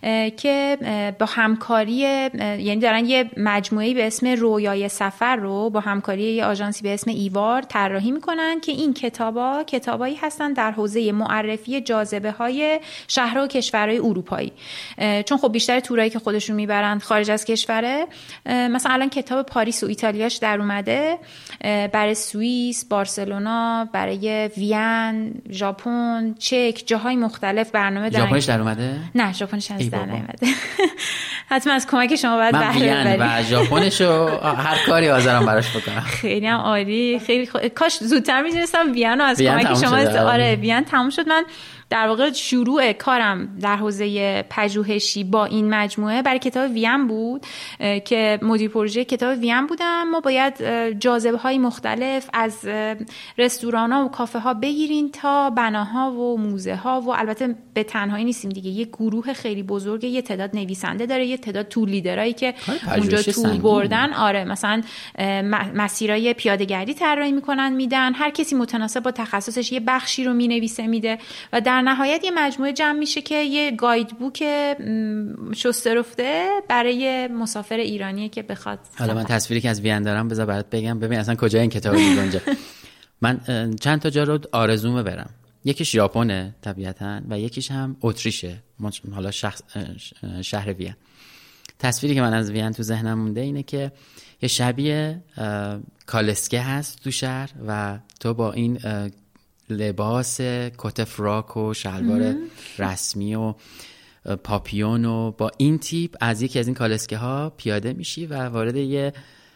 که با همکاری، یعنی دارن یه مجموعه‌ای به اسم رویای سفر رو با همکاری یه آژانسی به اسم ایوار طراحی میکنن که این کتابا کتابایی هستن در حوزه معرفی جاذبه‌های شهرها و کشورهای اروپایی، چون خب بیشتر تورایی که خودشون میبرن خارج از کشوره. مثلا الان کتاب پاریس و ایتالیاش در اومده، برای سوئیس، بارسلونا، برای وین، ژاپن، چک، جاهای مختلف برنامه دارن. ژاپنش در اومده؟ نه ژاپنش هنوز در نیومده. حتما از کمک شما باید بهره ببریم. من وین و ژاپنشو هر کاری حاضرم براش بکنم. خیلی هم عالی، خیلی خو... کاش زودتر می‌دونستم وین رو از کمک شما است. آره وین تموم شد. من در واقع شروع کارم در حوزه پژوهشی با این مجموعه برای کتاب وین بود که مدیر پروژه کتاب وین بودم. ما باید جاذبه‌های مختلف از رستوران‌ها و کافه‌ها بگیرین تا بناها و موزه‌ها، و البته به تنهایی نیستیم دیگه، یه گروه خیلی بزرگه، یه تعداد نویسنده داره، یه تعداد تور لیدرایی که اونجا تور بردن. آره مثلا مسیرهای پیاده‌گردی طراحی می‌کنن میدن، هر کسی متناسب با تخصصش یه بخشی رو می‌نویسه میده و در نهایت یه مجموعه جمع میشه که یه گاید بوک شسته رفته برای مسافر ایرانی که بخواد. حالا من تصویری که از وین دارم بذار برات بگم، ببین اصلا کجای این کتاب میگنجه. من چند تا جا رو آرزومه برم، یکیش ژاپنه طبیعتاً و یکیش هم اتریشه، حالا شخص شهر وین. تصویری که من از وین تو ذهنم مونده اینه که یه شبیه کالسکه هست تو شهر و تو با این لباس کت فراک و شلوار رسمی و پاپیون و با این تیپ از یکی از این کالسکه ها پیاده میشی و وارد یه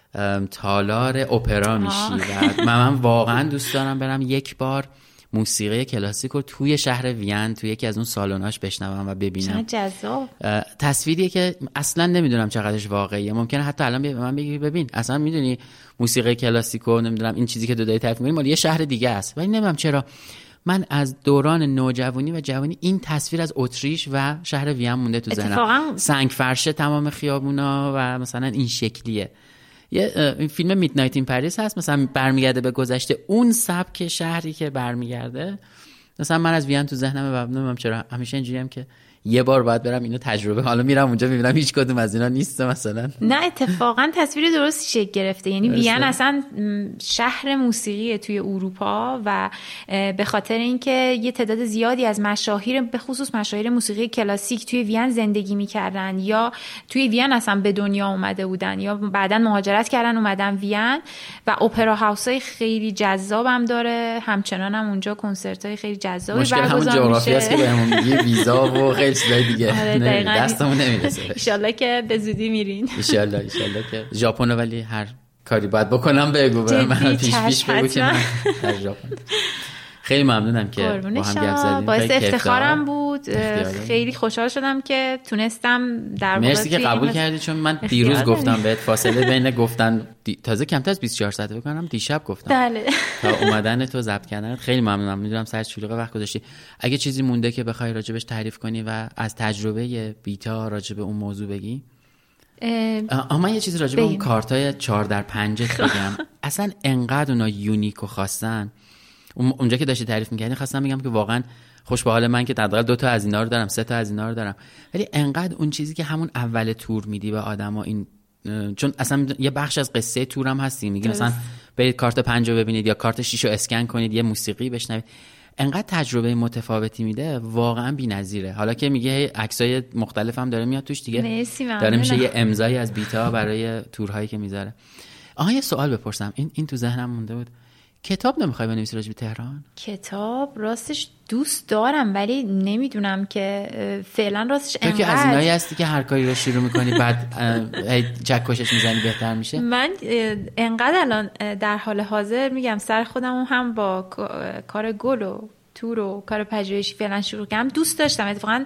تالار اپرا میشی. و من واقعا دوست دارم برم یک بار موسیقی کلاسیک رو توی شهر وین توی یکی از اون سالن‌هاش بشنوم و ببینم. چه جذاب. تصویریه که اصلا نمیدونم چقدرش واقعیه. ممکنه حتی الان به من بگی ببین اصلا میدونی موسیقی کلاسیکو نمیدونم این چیزی که دو دایی تعریف می‌کنی مال یه شهر دیگه است، ولی نمیدونم چرا من از دوران نوجوانی و جوانی این تصویر از اتریش و شهر وین مونده تو ذهنم. سنگ فرشه تمام خیابونا و مثلا این شکلیه. یه فیلم میدنایت این پاریس هست مثلا برمیگرده به گذشته، اون سبک شهری که برمیگرده مثلا من از وین تو ذهنم و نمیدونم چرا همیشه اینجوریم که یه بار باید برم اینو تجربه. حالا میرم اونجا میبینم هیچ کدوم از اینا نیست مثلا. نه اتفاقا تصویر درستی شکل گرفته. یعنی وین اصلا شهر موسیقی توی اروپا و به خاطر اینکه یه تعداد زیادی از مشاهیر به خصوص مشاهیر موسیقی کلاسیک توی وین زندگی میکردن یا توی وین اصلا به دنیا اومده بودن یا بعداً مهاجرت کردن اومدن وین و اپرا هاوسای خیلی جذابم داره. همچنان هم اونجا کنسرت‌های خیلی جذابی برگزار میشه. مشکل همون جغرافی است که بهمون میگه ویزا و خیلی چیزای دیگه دستمون نمیرسه. ان شاءالله که به زودی میرین. ان شاءالله ان شاءالله که ژاپن ولی هر کاری باید بکنم بگو به من پیش پیش بگو که من در ژاپن. خیلی ممنونم که با هم گپ زدیم. باعث افتخارم بود. خیلی خوشحال شدم که تونستم در واقع مرسی که قبول کردی، چون من دیروز گفتم بهت فاصله بین گفتن دی... تازه کمتر از بیست و چهار ساعته بکنم دیشب گفتم بله. تا اومدن تو ضبط کردنت خیلی ممنونم. میدونم سر شلوغ وقت گذاشتی. اگه چیزی مونده که بخوای راجبش تعریف کنی و از تجربه بیتا راجب اون موضوع بگی. اه من یه چیزی راجب اون کارتای چهار در پنج بگم. اصلا انقدر اونا یونیک و خاصن. اونجا که داشتی تعریف می‌کردی خواستم بگم که واقعا خوش به حال من که حداقل دو تا از اینا رو دارم، سه تا از اینا رو دارم، ولی انقدر اون چیزی که همون اول تور میدی به آدما، این چون اصلا یه بخش از قصه تورم هستی، میگی مثلا برید کارت پنج رو ببینید یا کارت شش رو اسکن کنید یه موسیقی بشنوید، انقدر تجربه متفاوتی میده واقعا بی‌نظیره. حالا که میگه عکسای مختلف هم داره میاد توش دیگه، داره میشه یه امضایی از بیتا برای تورهایی که میذاره. آها یه سوال بپرسم، این این تو ذهنم مونده بود، کتاب نمیخوای بنویسی راجع به تهران؟ کتاب راستش دوست دارم ولی نمیدونم که فعلا راستش انقدر. تو که از اینایی هستی که هر کاری رو شروع میکنی بعد چکشش میزنی بهتر میشه. من انقدر الان در حال حاضر میگم سر خودم هم با کار گل و تور و کار پژوهشی فعلا شروع کردم. دوست داشتم، اتفاقا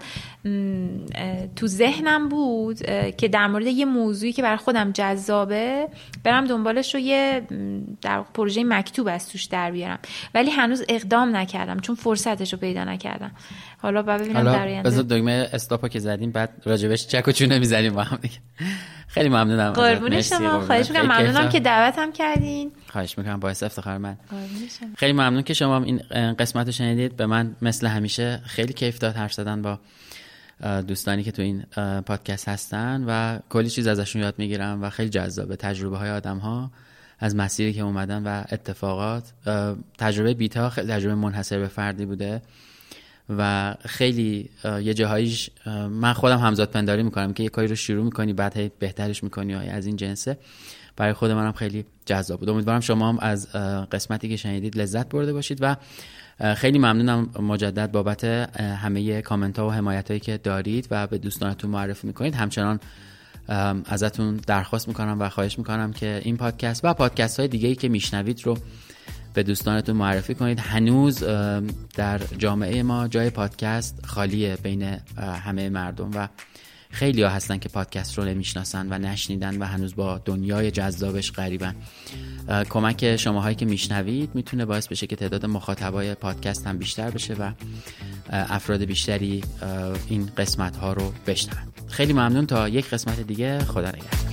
تو ذهنم بود که در مورد یه موضوعی که برای خودم جذابه برم دنبالش رو یه در پروژه مکتوب از توش در بیارم، ولی هنوز اقدام نکردم چون فرصتش رو پیدا نکردم. حالا بعد ببینم در آینده. بذار دکمه استاپو که زدیم بعد راجبش چک و چونه میزنیم با هم دیگه. خیلی ممنونم. قربون شما. خواهش می‌کنم. ممنونم که دعوتم کردین. خواهش می‌کنم، باعث افتخار من. خیلی ممنون که شما این قسمت رو شنیدید. به من مثل همیشه خیلی کیف داد حرف زدن با دوستانی که تو این پادکست هستن و کلی چیز ازشون یاد میگیرم و خیلی جذابه. تجربه‌های آدم‌ها از مسیری که اومدن و اتفاقات. تجربه بیتا خیلی تجربه منحصر به فردی بوده و خیلی یه جاهایش من خودم همزاد پنداری میکنم که یه کاری رو شروع میکنی بعد هی بهترش میکنی و از این جنسه. برای خود منم خیلی جذاب بود. امیدوارم شما هم از قسمتی که شنیدید لذت برده باشید و خیلی ممنونم مجدد بابت همه کامنت ها و حمایت هایی که دارید و به دوستانتون معرفی میکنید. همچنان ازتون درخواست میکنم و خواهش میکنم که این پادکست و پادکست های دیگه‌ای که میشنوید رو به دوستانتون معرفی کنید. هنوز در جامعه ما جای پادکست خالیه بین همه مردم و خیلی ها هستن که پادکست رو نمیشناسن و نشنیدن و هنوز با دنیای جذابش غریبن. کمک شماهایی که میشنوید میتونه باعث بشه که تعداد مخاطبای پادکست هم بیشتر بشه و افراد بیشتری این قسمت ها رو بشنون. خیلی ممنون. تا یک قسمت دیگه، خدا نگهدار.